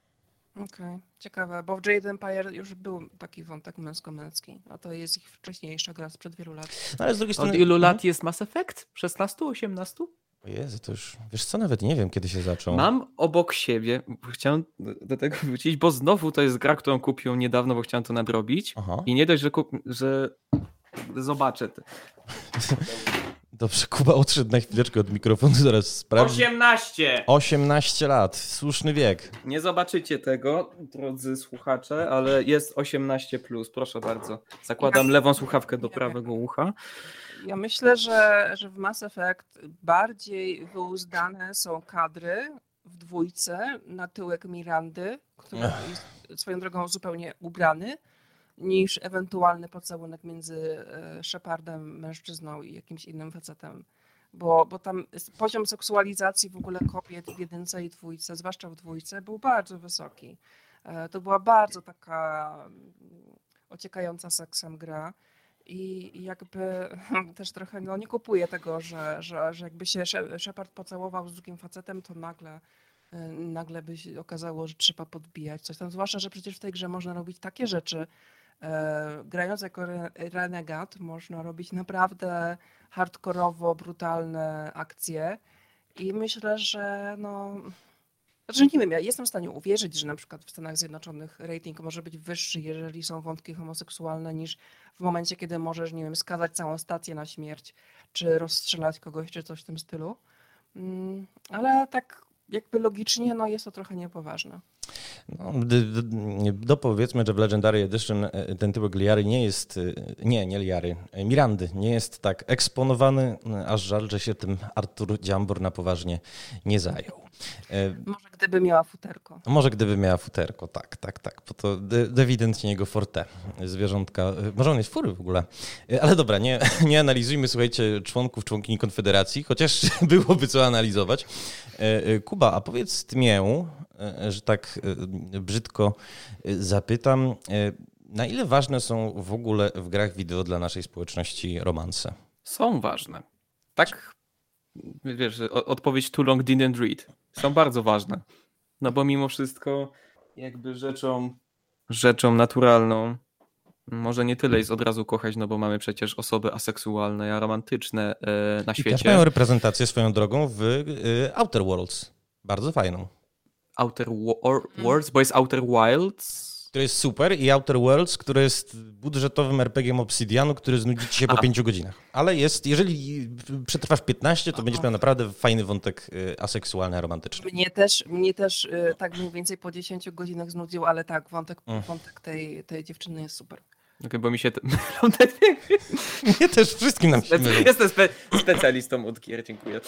Okej, ciekawe, bo w Jade Empire już był taki wątek męsko-męski, a to jest ich wcześniejsza gra sprzed wielu lat. No, ale z drugiej strony... Od ilu lat jest Mass Effect? 16, 18? O Jezu, to już... Wiesz co, nawet nie wiem, kiedy się zaczął. Mam obok siebie, chciałem do tego wrócić, bo znowu to jest gra, którą kupiłem niedawno, bo chciałem to nadrobić. Aha. I nie dość, że zobaczę. Dobrze, Kuba odszedł na chwileczkę od mikrofonu, zaraz sprawdzi. 18! 18 lat, słuszny wiek. Nie zobaczycie tego, drodzy słuchacze, ale jest 18+, proszę bardzo. Zakładam lewą słuchawkę do prawego ucha. Ja myślę, że w Mass Effect bardziej wyuzdane są kadry w dwójce na tyłek Mirandy, który jest swoją drogą zupełnie ubrany, niż ewentualny pocałunek między Shepardem, mężczyzną i jakimś innym facetem. Bo tam poziom seksualizacji w ogóle kobiet w jedynce i dwójce, zwłaszcza w dwójce, był bardzo wysoki. To była bardzo taka ociekająca seksem gra. I jakby też trochę nie kupuję tego, że jakby się Shepard pocałował z drugim facetem, to nagle by się okazało, że trzeba podbijać coś tam. Zwłaszcza, że przecież w tej grze można robić takie rzeczy. Grając jako renegat można robić naprawdę hardkorowo brutalne akcje i myślę, że znaczy nie wiem, ja jestem w stanie uwierzyć, że na przykład w Stanach Zjednoczonych rating może być wyższy, jeżeli są wątki homoseksualne, niż w momencie, kiedy możesz, nie wiem, skazać całą stację na śmierć, czy rozstrzelać kogoś, czy coś w tym stylu. Ale tak jakby logicznie, jest to trochę niepoważne. Powiedzmy, że w Legendary Edition ten tyłek Liary nie jest, nie Liary, Mirandy nie jest tak eksponowany, aż żal, że się tym Artur Dziambor na poważnie nie zajął. Może gdyby miała futerko. Może gdyby miała futerko, tak, bo to ewidentnie jego forte. Zwierzątka, może on jest fury w ogóle. Ale dobra, nie analizujmy, słuchajcie, członkini Konfederacji, chociaż byłoby co analizować. Kuba, a powiedz mnie, że tak brzydko zapytam, na ile ważne są w ogóle w grach wideo dla naszej społeczności romanse? Są ważne. Tak, wiesz, odpowiedź too long didn't read. Są bardzo ważne. No bo mimo wszystko jakby rzeczą naturalną może nie tyle jest od razu kochać, no bo mamy przecież osoby aseksualne, a romantyczne na świecie. I też mają reprezentację swoją drogą w Outer Worlds. Bardzo fajną. Outer Worlds, bo jest Outer Wilds. Który jest super i Outer Worlds, który jest budżetowym RPG-iem Obsidianu, który znudzi ci się po 5 godzinach. Ale jeżeli przetrwasz 15, to będziesz miał naprawdę fajny wątek aseksualny, a romantyczny. Mnie też tak mniej więcej po 10 godzinach znudził, ale tak, wątek tej dziewczyny jest super. Okay, bo mi się... Mnie też wszystkim nam się mylą. Jestem specjalistą od gier, dziękuję.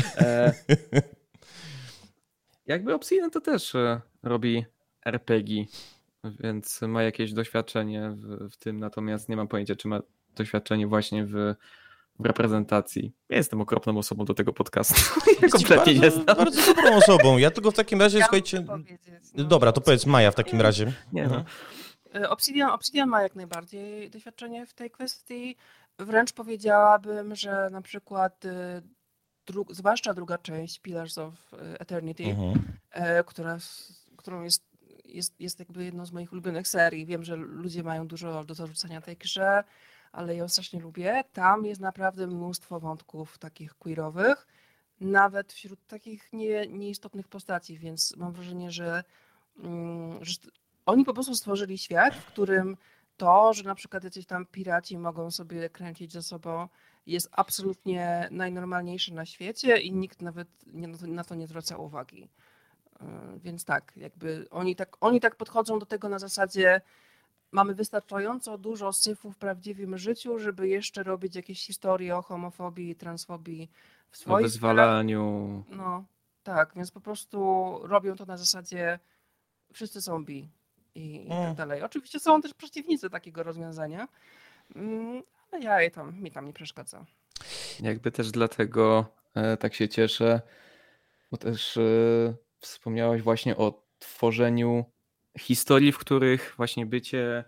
Jakby Obsidian to też robi RPG, więc ma jakieś doświadczenie w tym, natomiast nie mam pojęcia, czy ma doświadczenie właśnie w reprezentacji. Ja jestem okropną osobą do tego podcastu. Ja kompletnie nie znam. Bardzo dobrą osobą. Ja tylko w takim razie, słuchajcie... Dobra, to powiedz Maja w takim razie. Nie, no. Obsidian ma jak najbardziej doświadczenie w tej kwestii. Wręcz powiedziałabym, że na przykład zwłaszcza druga część Pillars of Eternity, którą jest jakby jedną z moich ulubionych serii. Wiem, że ludzie mają dużo do zarzucenia tej grze, ale ją strasznie lubię. Tam jest naprawdę mnóstwo wątków takich queerowych, nawet wśród takich nieistotnych postaci, więc mam wrażenie, że oni po prostu stworzyli świat, w którym to, że na przykład jacyś tam piraci mogą sobie kręcić ze sobą, jest absolutnie najnormalniejsze na świecie i nikt nawet na to nie zwraca uwagi. Więc tak, jakby oni tak podchodzą do tego na zasadzie mamy wystarczająco dużo syfów w prawdziwym życiu, żeby jeszcze robić jakieś historie o homofobii i transfobii w swoich... O wyzwalaniu. No, tak, więc po prostu robią to na zasadzie wszyscy są bi i tak dalej. Oczywiście są też przeciwnicy takiego rozwiązania, ale mi tam nie przeszkadza. Jakby też dlatego tak się cieszę, bo też wspomniałaś właśnie o tworzeniu historii, w których właśnie bycie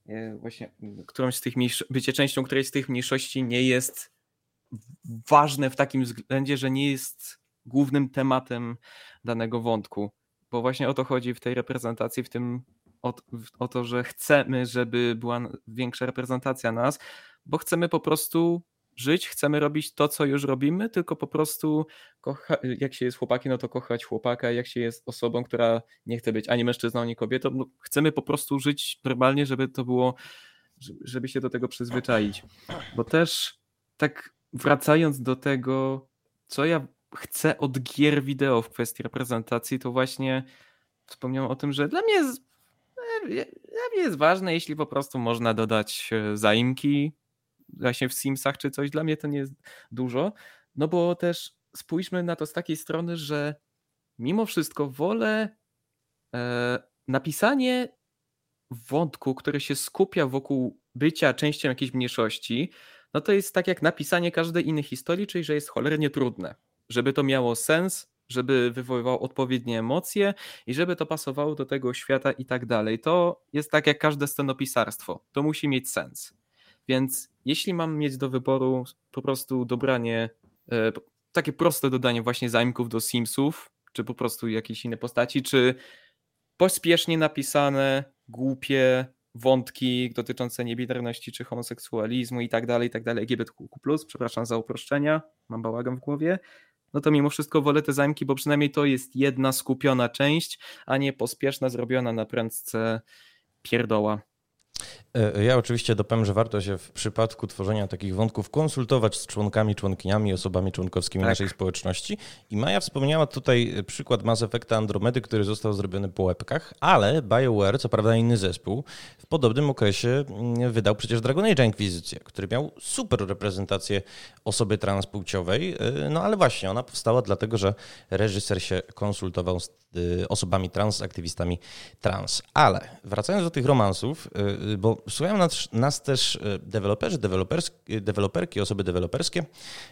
częścią którejś z tych mniejszości nie jest ważne w takim względzie, że nie jest głównym tematem danego wątku. bo właśnie o to chodzi w tej reprezentacji, o to, że chcemy, żeby była większa reprezentacja nas, bo chcemy po prostu żyć, chcemy robić to, co już robimy, tylko po prostu jak się jest chłopakiem, no to kochać chłopaka, jak się jest osobą, która nie chce być ani mężczyzną, ani kobietą, no chcemy po prostu żyć normalnie, żeby to było, żeby się do tego przyzwyczaić. Bo też tak wracając do tego, co ja chcę od gier wideo w kwestii reprezentacji, to właśnie wspomniałem o tym, że dla mnie jest ważne, jeśli po prostu można dodać zaimki właśnie w Simsach czy coś, dla mnie to nie jest dużo, no bo też spójrzmy na to z takiej strony, że mimo wszystko wolę napisanie wątku, który się skupia wokół bycia częścią jakiejś mniejszości, no to jest tak jak napisanie każdej innej historii, czyli że jest cholernie trudne. Żeby to miało sens, żeby wywoływało odpowiednie emocje i żeby to pasowało do tego świata i tak dalej. To jest tak jak każde scenopisarstwo. To musi mieć sens. Więc jeśli mam mieć do wyboru po prostu dobranie, takie proste dodanie właśnie zaimków do Simsów, czy po prostu jakieś inne postaci, czy pospiesznie napisane, głupie wątki dotyczące niebinarności czy homoseksualizmu i tak dalej, LGBTQ+, przepraszam za uproszczenia, mam bałagan w głowie, no to mimo wszystko wolę te zaimki, bo przynajmniej to jest jedna skupiona część, a nie pospieszna, zrobiona na prędce pierdoła. Ja oczywiście dopowiem, że warto się w przypadku tworzenia takich wątków konsultować z członkami, członkiniami, osobami członkowskimi naszej społeczności. I Maja wspomniała tutaj przykład Mass Effecta Andromedy, który został zrobiony po łebkach, ale BioWare, co prawda inny zespół, w podobnym okresie wydał przecież Dragon Age Inquisition, który miał super reprezentację osoby transpłciowej, no ale właśnie ona powstała dlatego, że reżyser się konsultował z osobami trans, aktywistami trans. Ale wracając do tych romansów, bo słuchają nas też deweloperki, osoby deweloperskie,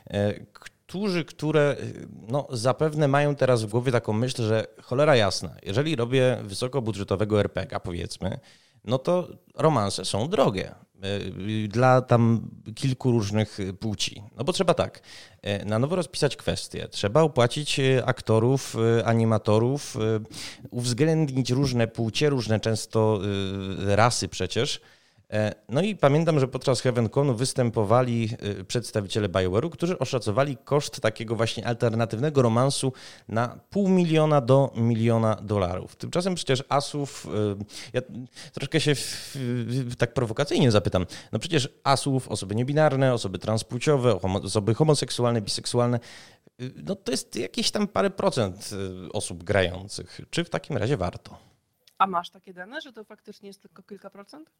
które no, zapewne mają teraz w głowie taką myśl, że cholera jasna, jeżeli robię wysokobudżetowego RPG, powiedzmy, no to romanse są drogie dla tam kilku różnych płci. No bo trzeba tak, na nowo rozpisać kwestie, trzeba opłacić aktorów, animatorów, uwzględnić różne płcie, różne często rasy przecież. No i pamiętam, że podczas HeavenConu występowali przedstawiciele BioWare'u, którzy oszacowali koszt takiego właśnie alternatywnego romansu na $500,000 do $1 miliona. Tymczasem przecież asów, ja troszkę się tak prowokacyjnie zapytam, no przecież asów, osoby niebinarne, osoby transpłciowe, osoby homoseksualne, biseksualne, no to jest jakieś tam parę procent osób grających. Czy w takim razie warto? A masz takie dane, że to faktycznie jest tylko kilka procent?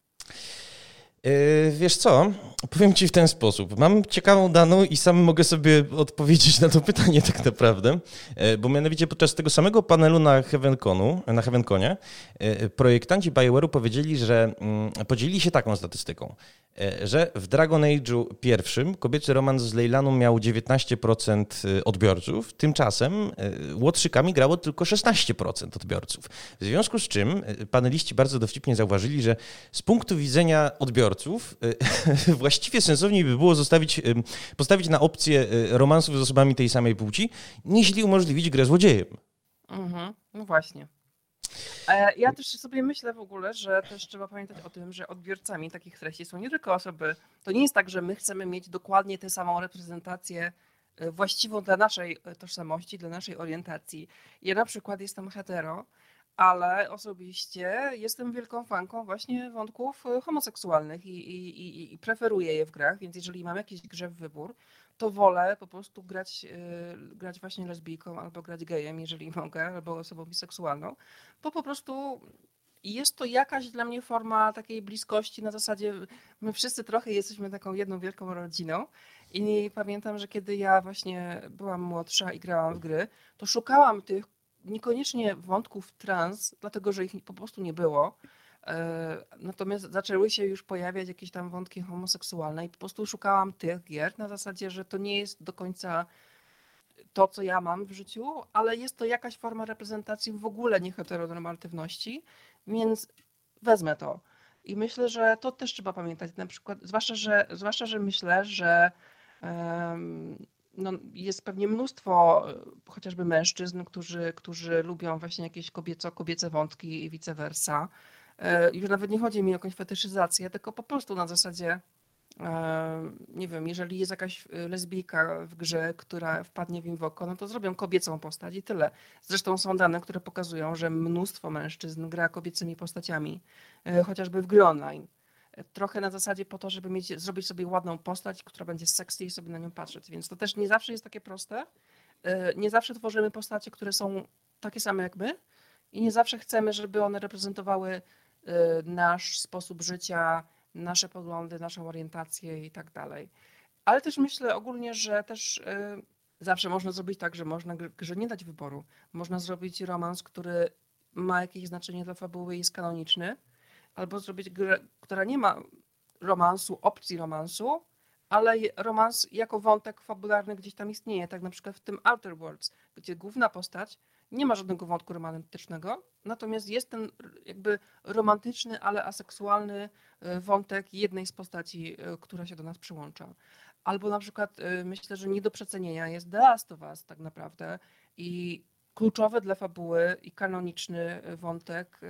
Wiesz co, powiem ci w ten sposób. Mam ciekawą daną i sam mogę sobie odpowiedzieć na to pytanie tak naprawdę, bo mianowicie podczas tego samego panelu na HeavenConie projektanci BioWare'u powiedzieli, że podzielili się taką statystyką, że w Dragon Age'u pierwszym kobiecy romans z Leylaną miał 19% odbiorców, tymczasem Łotrzykami grało tylko 16% odbiorców. W związku z czym paneliści bardzo dowcipnie zauważyli, że z punktu widzenia odbiorców właściwie sensowniej by było postawić na opcję romansów z osobami tej samej płci, niż umożliwić grę złodziejem. No właśnie. Ja też sobie myślę w ogóle, że też trzeba pamiętać o tym, że odbiorcami takich treści są nie tylko osoby, to nie jest tak, że my chcemy mieć dokładnie tę samą reprezentację właściwą dla naszej tożsamości, dla naszej orientacji. Ja na przykład jestem hetero, ale osobiście jestem wielką fanką właśnie wątków homoseksualnych i preferuję je w grach, więc jeżeli mam jakiś grze w wybór, to wolę po prostu grać właśnie lesbijką albo grać gejem, jeżeli mogę, albo osobą biseksualną, bo po prostu jest to jakaś dla mnie forma takiej bliskości na zasadzie, my wszyscy trochę jesteśmy taką jedną wielką rodziną i pamiętam, że kiedy ja właśnie byłam młodsza i grałam w gry, to szukałam tych niekoniecznie wątków trans, dlatego że ich po prostu nie było. Natomiast zaczęły się już pojawiać jakieś tam wątki homoseksualne i po prostu szukałam tych gier na zasadzie, że to nie jest do końca to, co ja mam w życiu, ale jest to jakaś forma reprezentacji w ogóle nieheteronormatywności, więc wezmę to. I myślę, że to też trzeba pamiętać, na przykład, zwłaszcza, że myślę, że no, jest pewnie mnóstwo chociażby mężczyzn, którzy lubią właśnie jakieś kobiece wątki i vice versa. Już nawet nie chodzi mi o jakąś fetyszyzację, tylko po prostu na zasadzie, nie wiem, jeżeli jest jakaś lesbijka w grze, która wpadnie w oko, no to zrobią kobiecą postać i tyle. Zresztą są dane, które pokazują, że mnóstwo mężczyzn gra kobiecymi postaciami, chociażby w gry online. Trochę na zasadzie po to, żeby zrobić sobie ładną postać, która będzie sexy i sobie na nią patrzeć. Więc to też nie zawsze jest takie proste. Nie zawsze tworzymy postacie, które są takie same jak my i nie zawsze chcemy, żeby one reprezentowały nasz sposób życia, nasze poglądy, naszą orientację i tak dalej. Ale też myślę ogólnie, że też zawsze można zrobić tak, że można grze nie dać wyboru. Można zrobić romans, który ma jakieś znaczenie dla fabuły i jest kanoniczny, albo zrobić grę, która nie ma romansu, opcji romansu, ale romans jako wątek fabularny gdzieś tam istnieje. Tak na przykład w tym Outer Worlds, gdzie główna postać nie ma żadnego wątku romantycznego, natomiast jest ten jakby romantyczny, ale aseksualny wątek jednej z postaci, która się do nas przyłącza. Albo na przykład myślę, że nie do przecenienia jest The Last of Us tak naprawdę i kluczowy dla fabuły i kanoniczny wątek,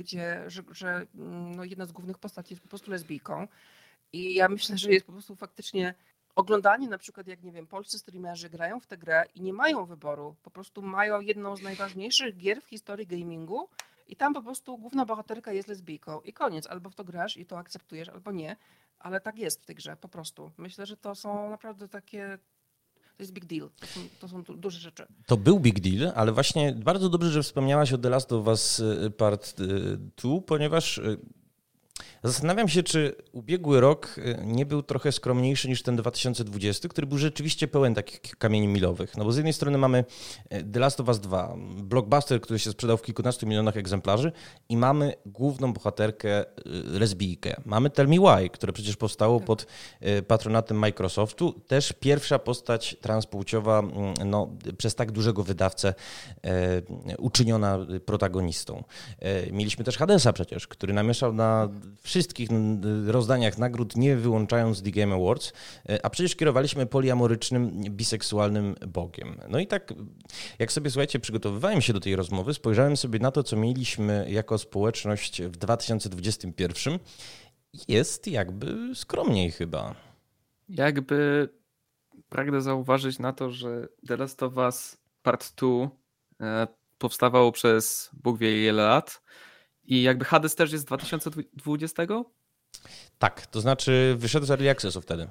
że no jedna z głównych postaci jest po prostu lesbijką. I ja myślę, że jest po prostu faktycznie oglądanie na przykład, jak nie wiem, polscy streamerzy grają w tę grę i nie mają wyboru. Po prostu mają jedną z najważniejszych gier w historii gamingu i tam po prostu główna bohaterka jest lesbijką i koniec. Albo w to grasz i to akceptujesz, albo nie. Ale tak jest w tej grze, po prostu. Myślę, że to są naprawdę takie... To jest big deal. To są duże rzeczy. To był big deal, ale właśnie bardzo dobrze, że wspomniałaś o The Last of Us Part 2, ponieważ zastanawiam się, czy ubiegły rok nie był trochę skromniejszy niż ten 2020, który był rzeczywiście pełen takich kamieni milowych. No bo z jednej strony mamy The Last of Us 2, blockbuster, który się sprzedał w kilkunastu milionach egzemplarzy i mamy główną bohaterkę lesbijkę. Mamy Tell Me Why, które przecież powstało pod patronatem Microsoftu. Też pierwsza postać transpłciowa przez tak dużego wydawcę uczyniona protagonistą. Mieliśmy też Hadesa przecież, który namieszał na wszystkich rozdaniach nagród, nie wyłączając The Game Awards, a przecież kierowaliśmy poliamorycznym, biseksualnym bogiem. No i tak, jak sobie, słuchajcie, przygotowywałem się do tej rozmowy, spojrzałem sobie na to, co mieliśmy jako społeczność w 2021. Jest jakby skromniej chyba. Jakby pragnę zauważyć na to, że The Last of Us Part 2 powstawało przez Bóg wie ile lat. I jakby Hades też jest z 2020? Tak, to znaczy wyszedł z Early Accessu wtedy.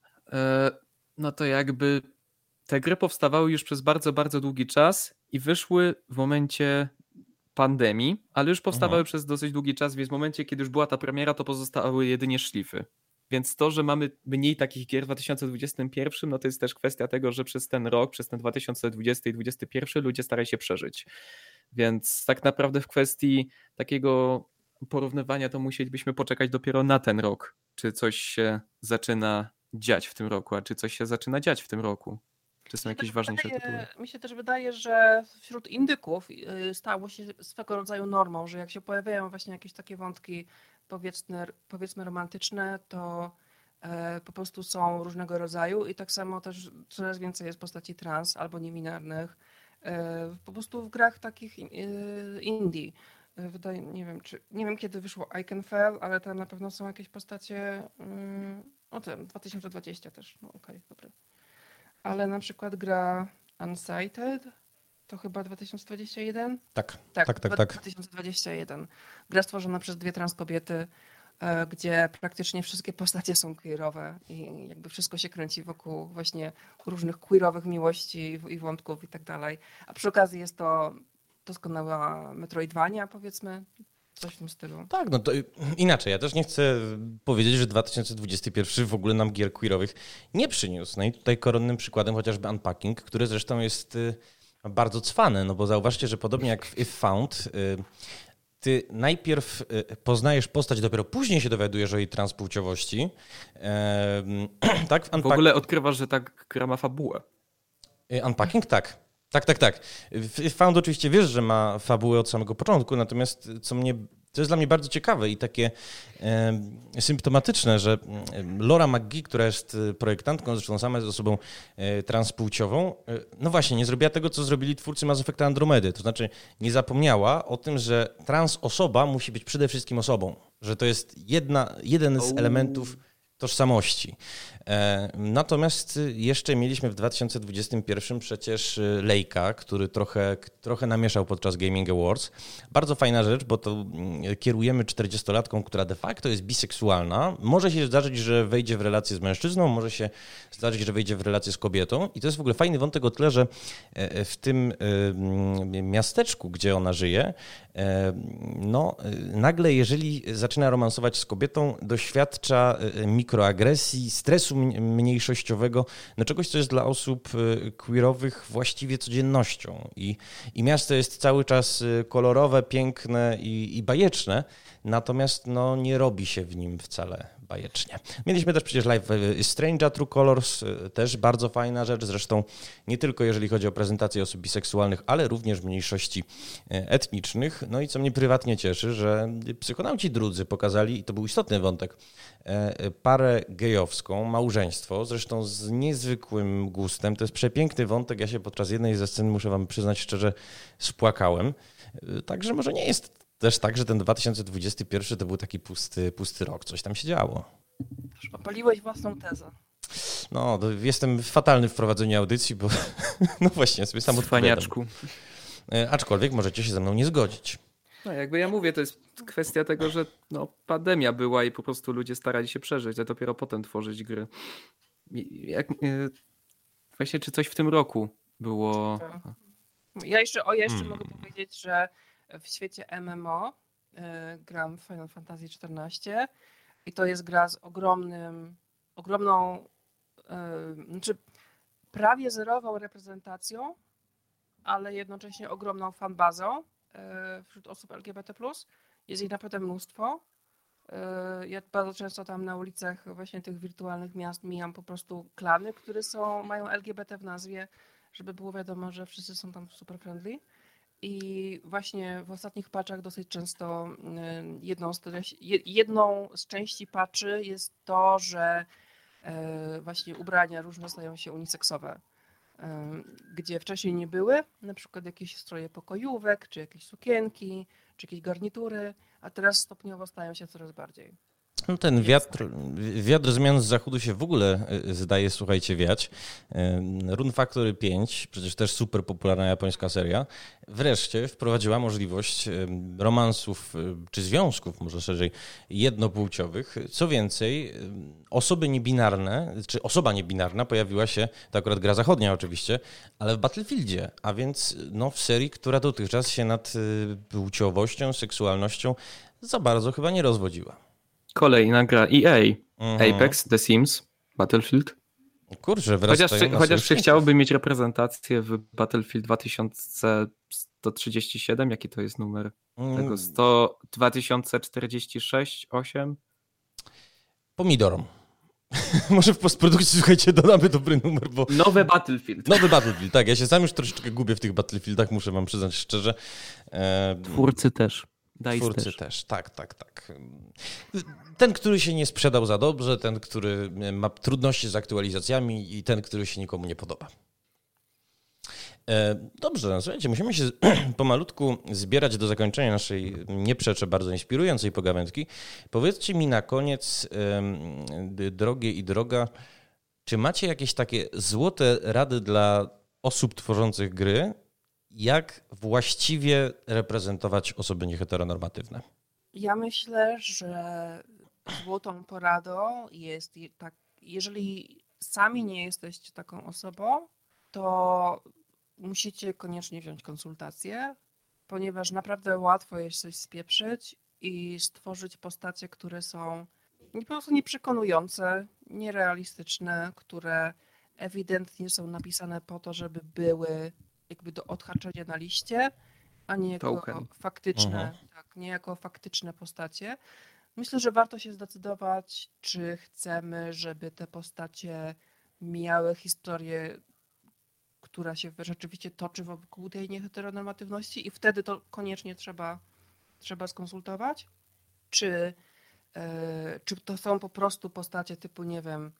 No to jakby te gry powstawały już przez bardzo, bardzo długi czas i wyszły w momencie pandemii, ale już powstawały przez dosyć długi czas, więc w momencie, kiedy już była ta premiera, to pozostały jedynie szlify. Więc to, że mamy mniej takich gier w 2021, no to jest też kwestia tego, że przez ten rok, przez ten 2020 i 2021 ludzie starali się przeżyć. Więc tak naprawdę w kwestii takiego porównywania to musielibyśmy poczekać dopiero na ten rok, czy coś się zaczyna dziać w tym roku, a czy coś się zaczyna dziać w tym roku. Czy są jakieś ważniejsze tytuły? Mi się też wydaje, że wśród indyków stało się swego rodzaju normą, że jak się pojawiają właśnie jakieś takie wątki powiedzmy romantyczne, to po prostu są różnego rodzaju i tak samo też coraz więcej jest postaci trans albo niebinarnych. Po prostu w grach takich indie. Nie wiem kiedy wyszło I Can Fail, ale tam na pewno są jakieś postacie, 2020 też, no okej, dobra. Ale na przykład gra Unsighted, to chyba 2021? Tak. 2021. Gra stworzona przez dwie trans kobiety, gdzie praktycznie wszystkie postacie są queerowe i jakby wszystko się kręci wokół właśnie różnych queerowych miłości i wątków i tak dalej. A przy okazji jest to doskonała Metroidvania, powiedzmy, coś w tym stylu. Tak, no to inaczej. Ja też nie chcę powiedzieć, że 2021 w ogóle nam gier queerowych nie przyniósł. No i tutaj koronnym przykładem chociażby Unpacking, który zresztą jest bardzo cwany, no bo zauważcie, że podobnie jak w If Found, ty najpierw poznajesz postać, dopiero później się dowiadujesz o jej transpłciowości. Tak? W ogóle odkrywasz, że ta gra ma fabułę. Unpacking? Tak. W Found oczywiście wiesz, że ma fabułę od samego początku, natomiast co mnie Co jest dla mnie bardzo ciekawe i takie symptomatyczne, że Laura McGee, która jest projektantką, zresztą sama jest osobą transpłciową, no właśnie, nie zrobiła tego, co zrobili twórcy Mass Effecta Andromedy. To znaczy nie zapomniała o tym, że trans osoba musi być przede wszystkim osobą, że to jest jeden z elementów tożsamości. Natomiast jeszcze mieliśmy w 2021 przecież Lejka, który trochę namieszał podczas Gaming Awards. Bardzo fajna rzecz, bo to kierujemy 40-latką, która de facto jest biseksualna. Może się zdarzyć, że wejdzie w relację z mężczyzną, może się zdarzyć, że wejdzie w relację z kobietą. I to jest w ogóle fajny wątek o tyle, że w tym miasteczku, gdzie ona żyje, no nagle jeżeli zaczyna romansować z kobietą, doświadcza mikroagresji, stresu mniejszościowego, no czegoś, co jest dla osób queerowych właściwie codziennością. I miasto jest cały czas kolorowe, piękne i bajeczne, natomiast no, nie robi się w nim wcale bajecznie. Mieliśmy też przecież Life is Strange, True Colors, też bardzo fajna rzecz, zresztą nie tylko jeżeli chodzi o prezentację osób biseksualnych, ale również mniejszości etnicznych. No i co mnie prywatnie cieszy, że psychonauci drudzy pokazali, i to był istotny wątek, parę gejowską, małżeństwo, zresztą z niezwykłym gustem. To jest przepiękny wątek, ja się podczas jednej ze scen, muszę wam przyznać szczerze, spłakałem. Także może nie jest też tak, że ten 2021 to był taki pusty rok. Coś tam się działo. Opaliłeś własną tezę. No, jestem fatalny w prowadzeniu audycji, bo no właśnie, sobie sam Cwaniaczku. Aczkolwiek możecie się ze mną nie zgodzić. No jakby ja mówię, to jest kwestia tego, że no, pandemia była i po prostu ludzie starali się przeżyć, a dopiero potem tworzyć gry. Właśnie czy coś w tym roku było... Ja jeszcze mogę powiedzieć, że w świecie MMO gram w Final Fantasy XIV i to jest gra z ogromną, znaczy prawie zerową reprezentacją, ale jednocześnie ogromną fanbazą wśród osób LGBT+. Jest ich naprawdę mnóstwo. Ja bardzo często tam na ulicach właśnie tych wirtualnych miast mijam po prostu klany, które mają LGBT w nazwie, żeby było wiadomo, że wszyscy są tam super friendly. I właśnie w ostatnich patchach dosyć często jedną z części patchy jest to, że właśnie ubrania różne stają się uniseksowe, gdzie wcześniej nie były, na przykład jakieś stroje pokojówek, czy jakieś sukienki, czy jakieś garnitury, a teraz stopniowo stają się coraz bardziej. No ten wiatr zmian z zachodu się w ogóle zdaje, słuchajcie, wiać. Rune Factory 5, przecież też super popularna japońska seria, wreszcie wprowadziła możliwość romansów czy związków, może szerzej, jednopłciowych. Co więcej, osoby niebinarne, czy osoba niebinarna pojawiła się, to akurat gra zachodnia oczywiście, ale w Battlefieldzie, a więc no, w serii, która dotychczas się nad płciowością, seksualnością za bardzo chyba nie rozwodziła. Kolejna gra EA, Apex, The Sims, Battlefield. Kurczę, chociaż czy chciałby mieć reprezentację w Battlefield 2137? Jaki to jest numer? Tego 2046, 8? Pomidorom. Może w postprodukcji, słuchajcie, dodamy dobry numer, bo... Nowy Battlefield, tak. Ja się sam już troszeczkę gubię w tych Battlefieldach, muszę wam przyznać szczerze. Twórcy też. Twórcy też, tak. Ten, który się nie sprzedał za dobrze, ten, który ma trudności z aktualizacjami i ten, który się nikomu nie podoba. Dobrze, słuchajcie, musimy się pomalutku zbierać do zakończenia naszej, nie przeczę, bardzo inspirującej pogawędki. Powiedzcie mi na koniec, drogie i droga, czy macie jakieś takie złote rady dla osób tworzących gry, jak właściwie reprezentować osoby nieheteronormatywne? Ja myślę, że złotą poradą jest tak, jeżeli sami nie jesteście taką osobą, to musicie koniecznie wziąć konsultacje, ponieważ naprawdę łatwo jest coś spieprzyć i stworzyć postacie, które są po prostu nieprzekonujące, nierealistyczne, które ewidentnie są napisane po to, żeby były jakby do odhaczenia na liście, a nie jako faktyczne, nie jako faktyczne postacie. Myślę, że warto się zdecydować, czy chcemy, żeby te postacie miały historię, która się rzeczywiście toczy wokół tej nieheteronormatywności i wtedy to koniecznie trzeba trzeba skonsultować, czy to są po prostu postacie typu, nie wiem,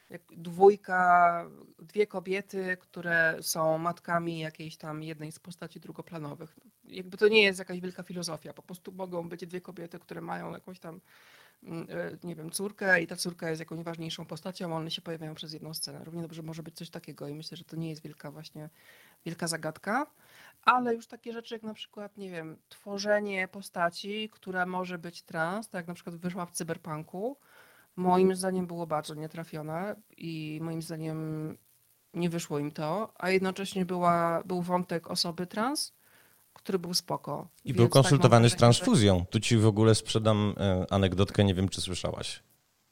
dwie kobiety, które są matkami jakiejś tam jednej z postaci drugoplanowych. Jakby to nie jest jakaś wielka filozofia, po prostu mogą być dwie kobiety, które mają jakąś tam, nie wiem, córkę i ta córka jest jakąś ważniejszą postacią, one się pojawiają przez jedną scenę. Równie dobrze może być coś takiego i myślę, że to nie jest wielka zagadka, ale już takie rzeczy jak na przykład, nie wiem, tworzenie postaci, która może być trans, tak jak na przykład wyszła w Cyberpunku, moim zdaniem było bardzo nietrafione i moim zdaniem nie wyszło im to, a jednocześnie był wątek osoby trans, który był spoko. I był konsultowany z transfuzją. Tu ci w ogóle sprzedam anegdotkę, nie wiem czy słyszałaś.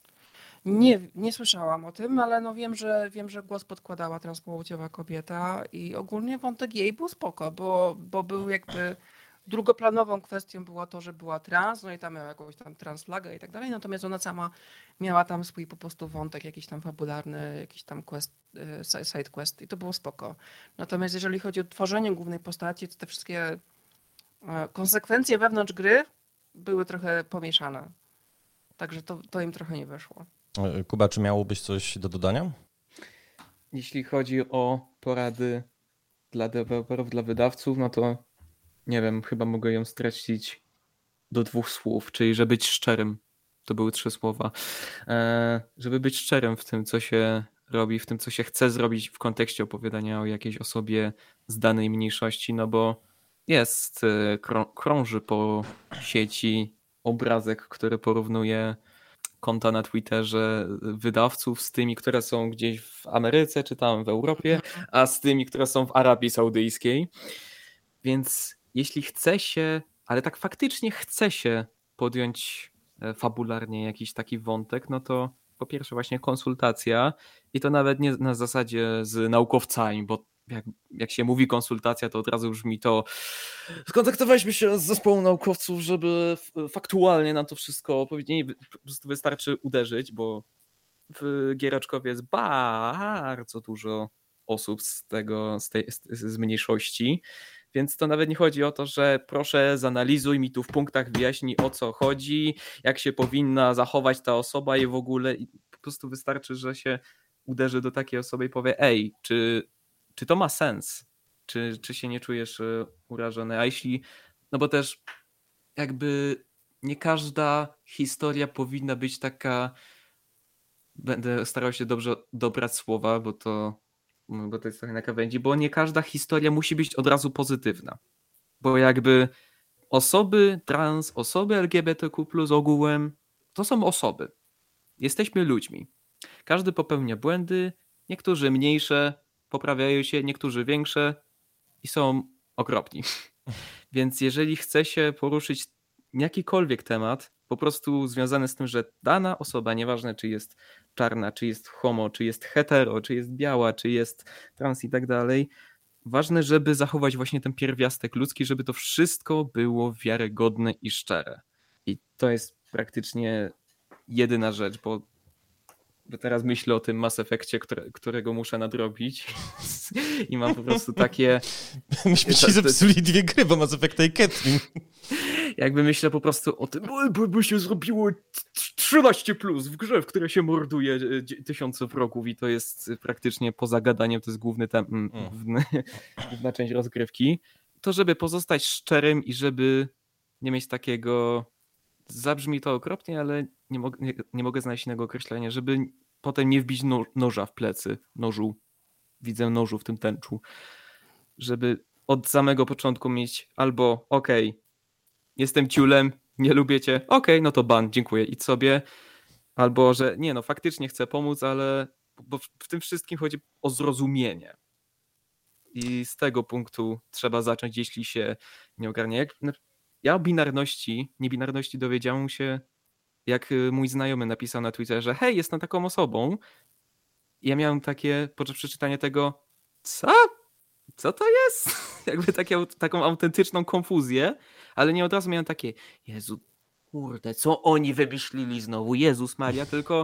Nie słyszałam o tym, ale no wiem, że głos podkładała transpłciowa kobieta i ogólnie wątek jej był spoko, bo był jakby drugoplanową kwestią było to, że była trans, no i tam miała jakąś tam transflagę i tak dalej, natomiast ona sama miała tam swój po prostu wątek jakiś tam fabularny, jakiś tam quest, side quest i to było spoko. Natomiast jeżeli chodzi o tworzenie głównej postaci, to te wszystkie konsekwencje wewnątrz gry były trochę pomieszane. Także to im trochę nie weszło. Kuba, czy miałobyś coś do dodania? Jeśli chodzi o porady dla deweloperów, dla wydawców, no to nie wiem, chyba mogę ją streścić do 2 słów, czyli żeby być szczerym. To były 3 słowa. Żeby być szczerym w tym, co się robi, w tym, co się chce zrobić w kontekście opowiadania o jakiejś osobie z danej mniejszości, no bo krąży po sieci obrazek, który porównuje konta na Twitterze wydawców z tymi, które są gdzieś w Ameryce czy tam w Europie, a z tymi, które są w Arabii Saudyjskiej. Więc jeśli chce się, ale tak faktycznie chce się podjąć fabularnie jakiś taki wątek, no to po pierwsze właśnie konsultacja i to nawet nie na zasadzie z naukowcami, bo jak się mówi konsultacja, to od razu brzmi to skontaktowaliśmy się z zespołem naukowców, żeby faktualnie nam to wszystko powiedzieli. Po prostu wystarczy uderzyć, bo w Giereczkowie jest bardzo dużo osób z mniejszości, więc to nawet nie chodzi o to, że proszę zanalizuj mi tu w punktach, wyjaśnij o co chodzi, jak się powinna zachować ta osoba i w ogóle po prostu wystarczy, że się uderzy do takiej osoby i powie ej, czy to ma sens? Czy się nie czujesz urażony? A jeśli, no bo też jakby nie każda historia powinna być taka, będę starał się dobrze dobrać słowa, bo to jest trochę na krawędzi, bo nie każda historia musi być od razu pozytywna. Bo jakby osoby trans, osoby LGBTQ+ ogółem, to są osoby. Jesteśmy ludźmi. Każdy popełnia błędy, niektórzy mniejsze, poprawiają się, niektórzy większe i są okropni. Więc jeżeli chce się poruszyć jakikolwiek temat, po prostu związany z tym, że dana osoba, nieważne czy jest czarna, czy jest homo, czy jest hetero, czy jest biała, czy jest trans i tak dalej, ważne, żeby zachować właśnie ten pierwiastek ludzki, żeby to wszystko było wiarygodne i szczere. I to jest praktycznie jedyna rzecz, bo teraz myślę o tym Mass Effectie, którego muszę nadrobić i mam po prostu takie... Myśmy ci zepsuli 2 gry, bo Mass Effecta i Catherine. Jakby myślę po prostu o tym, by się zrobiło 13+ w grze, w której się morduje tysiące wrogów i to jest praktycznie poza gadaniem, to jest główna część rozgrywki. To żeby pozostać szczerym i żeby nie mieć takiego... Zabrzmi to okropnie, ale nie mogę znaleźć innego określenia, żeby potem nie wbić noża w plecy. Widzę nożu w tym tęczu. Żeby od samego początku mieć albo okej, jestem ciulem, nie lubię cię, okej, no to ban, dziękuję, idź sobie. Albo, że nie no, faktycznie chcę pomóc, ale bo w tym wszystkim chodzi o zrozumienie. I z tego punktu trzeba zacząć, jeśli się nie ogarnie. Ja o niebinarności dowiedziałem się, jak mój znajomy napisał na Twitterze, hej, jestem taką osobą. I ja miałem takie, podczas przeczytania tego, co to jest? Jakby taką autentyczną konfuzję, ale nie od razu miałem takie, Jezu, kurde, co oni wymyślili znowu, Jezus Maria, tylko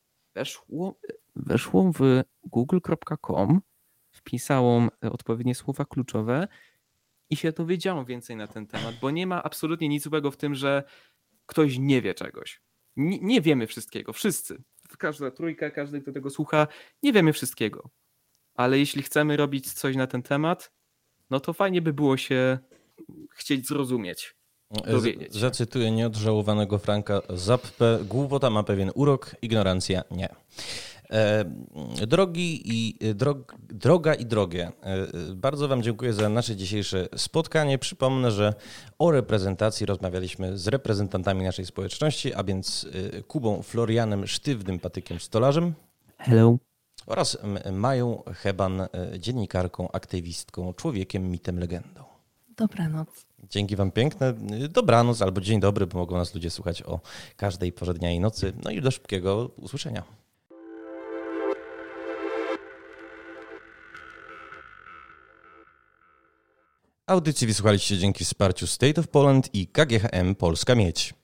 weszło w google.com, wpisałam odpowiednie słowa kluczowe i się dowiedziałam więcej na ten temat, bo nie ma absolutnie nic złego w tym, że ktoś nie wie czegoś. Nie wiemy wszystkiego, wszyscy. Każda trójka, każdy, kto tego słucha, nie wiemy wszystkiego. Ale jeśli chcemy robić coś na ten temat, no to fajnie by było się chcieć zrozumieć, dowiedzieć. Zacytuję nieodżałowanego Franka Zappę. Głupota ma pewien urok, ignorancja nie. Droga i drogie, bardzo Wam dziękuję za nasze dzisiejsze spotkanie. Przypomnę, że o reprezentacji rozmawialiśmy z reprezentantami naszej społeczności, a więc Kubą Florianem, sztywnym patykiem stolarzem. Hello. Oraz Mają Heban, dziennikarką, aktywistką, człowiekiem, mitem, legendą. Dobranoc. Dzięki Wam piękne. Dobranoc albo dzień dobry, bo mogą nas ludzie słuchać o każdej porze dnia i nocy. No i do szybkiego usłyszenia. Audycji wysłuchaliście dzięki wsparciu State of Poland i KGHM Polska Miedź.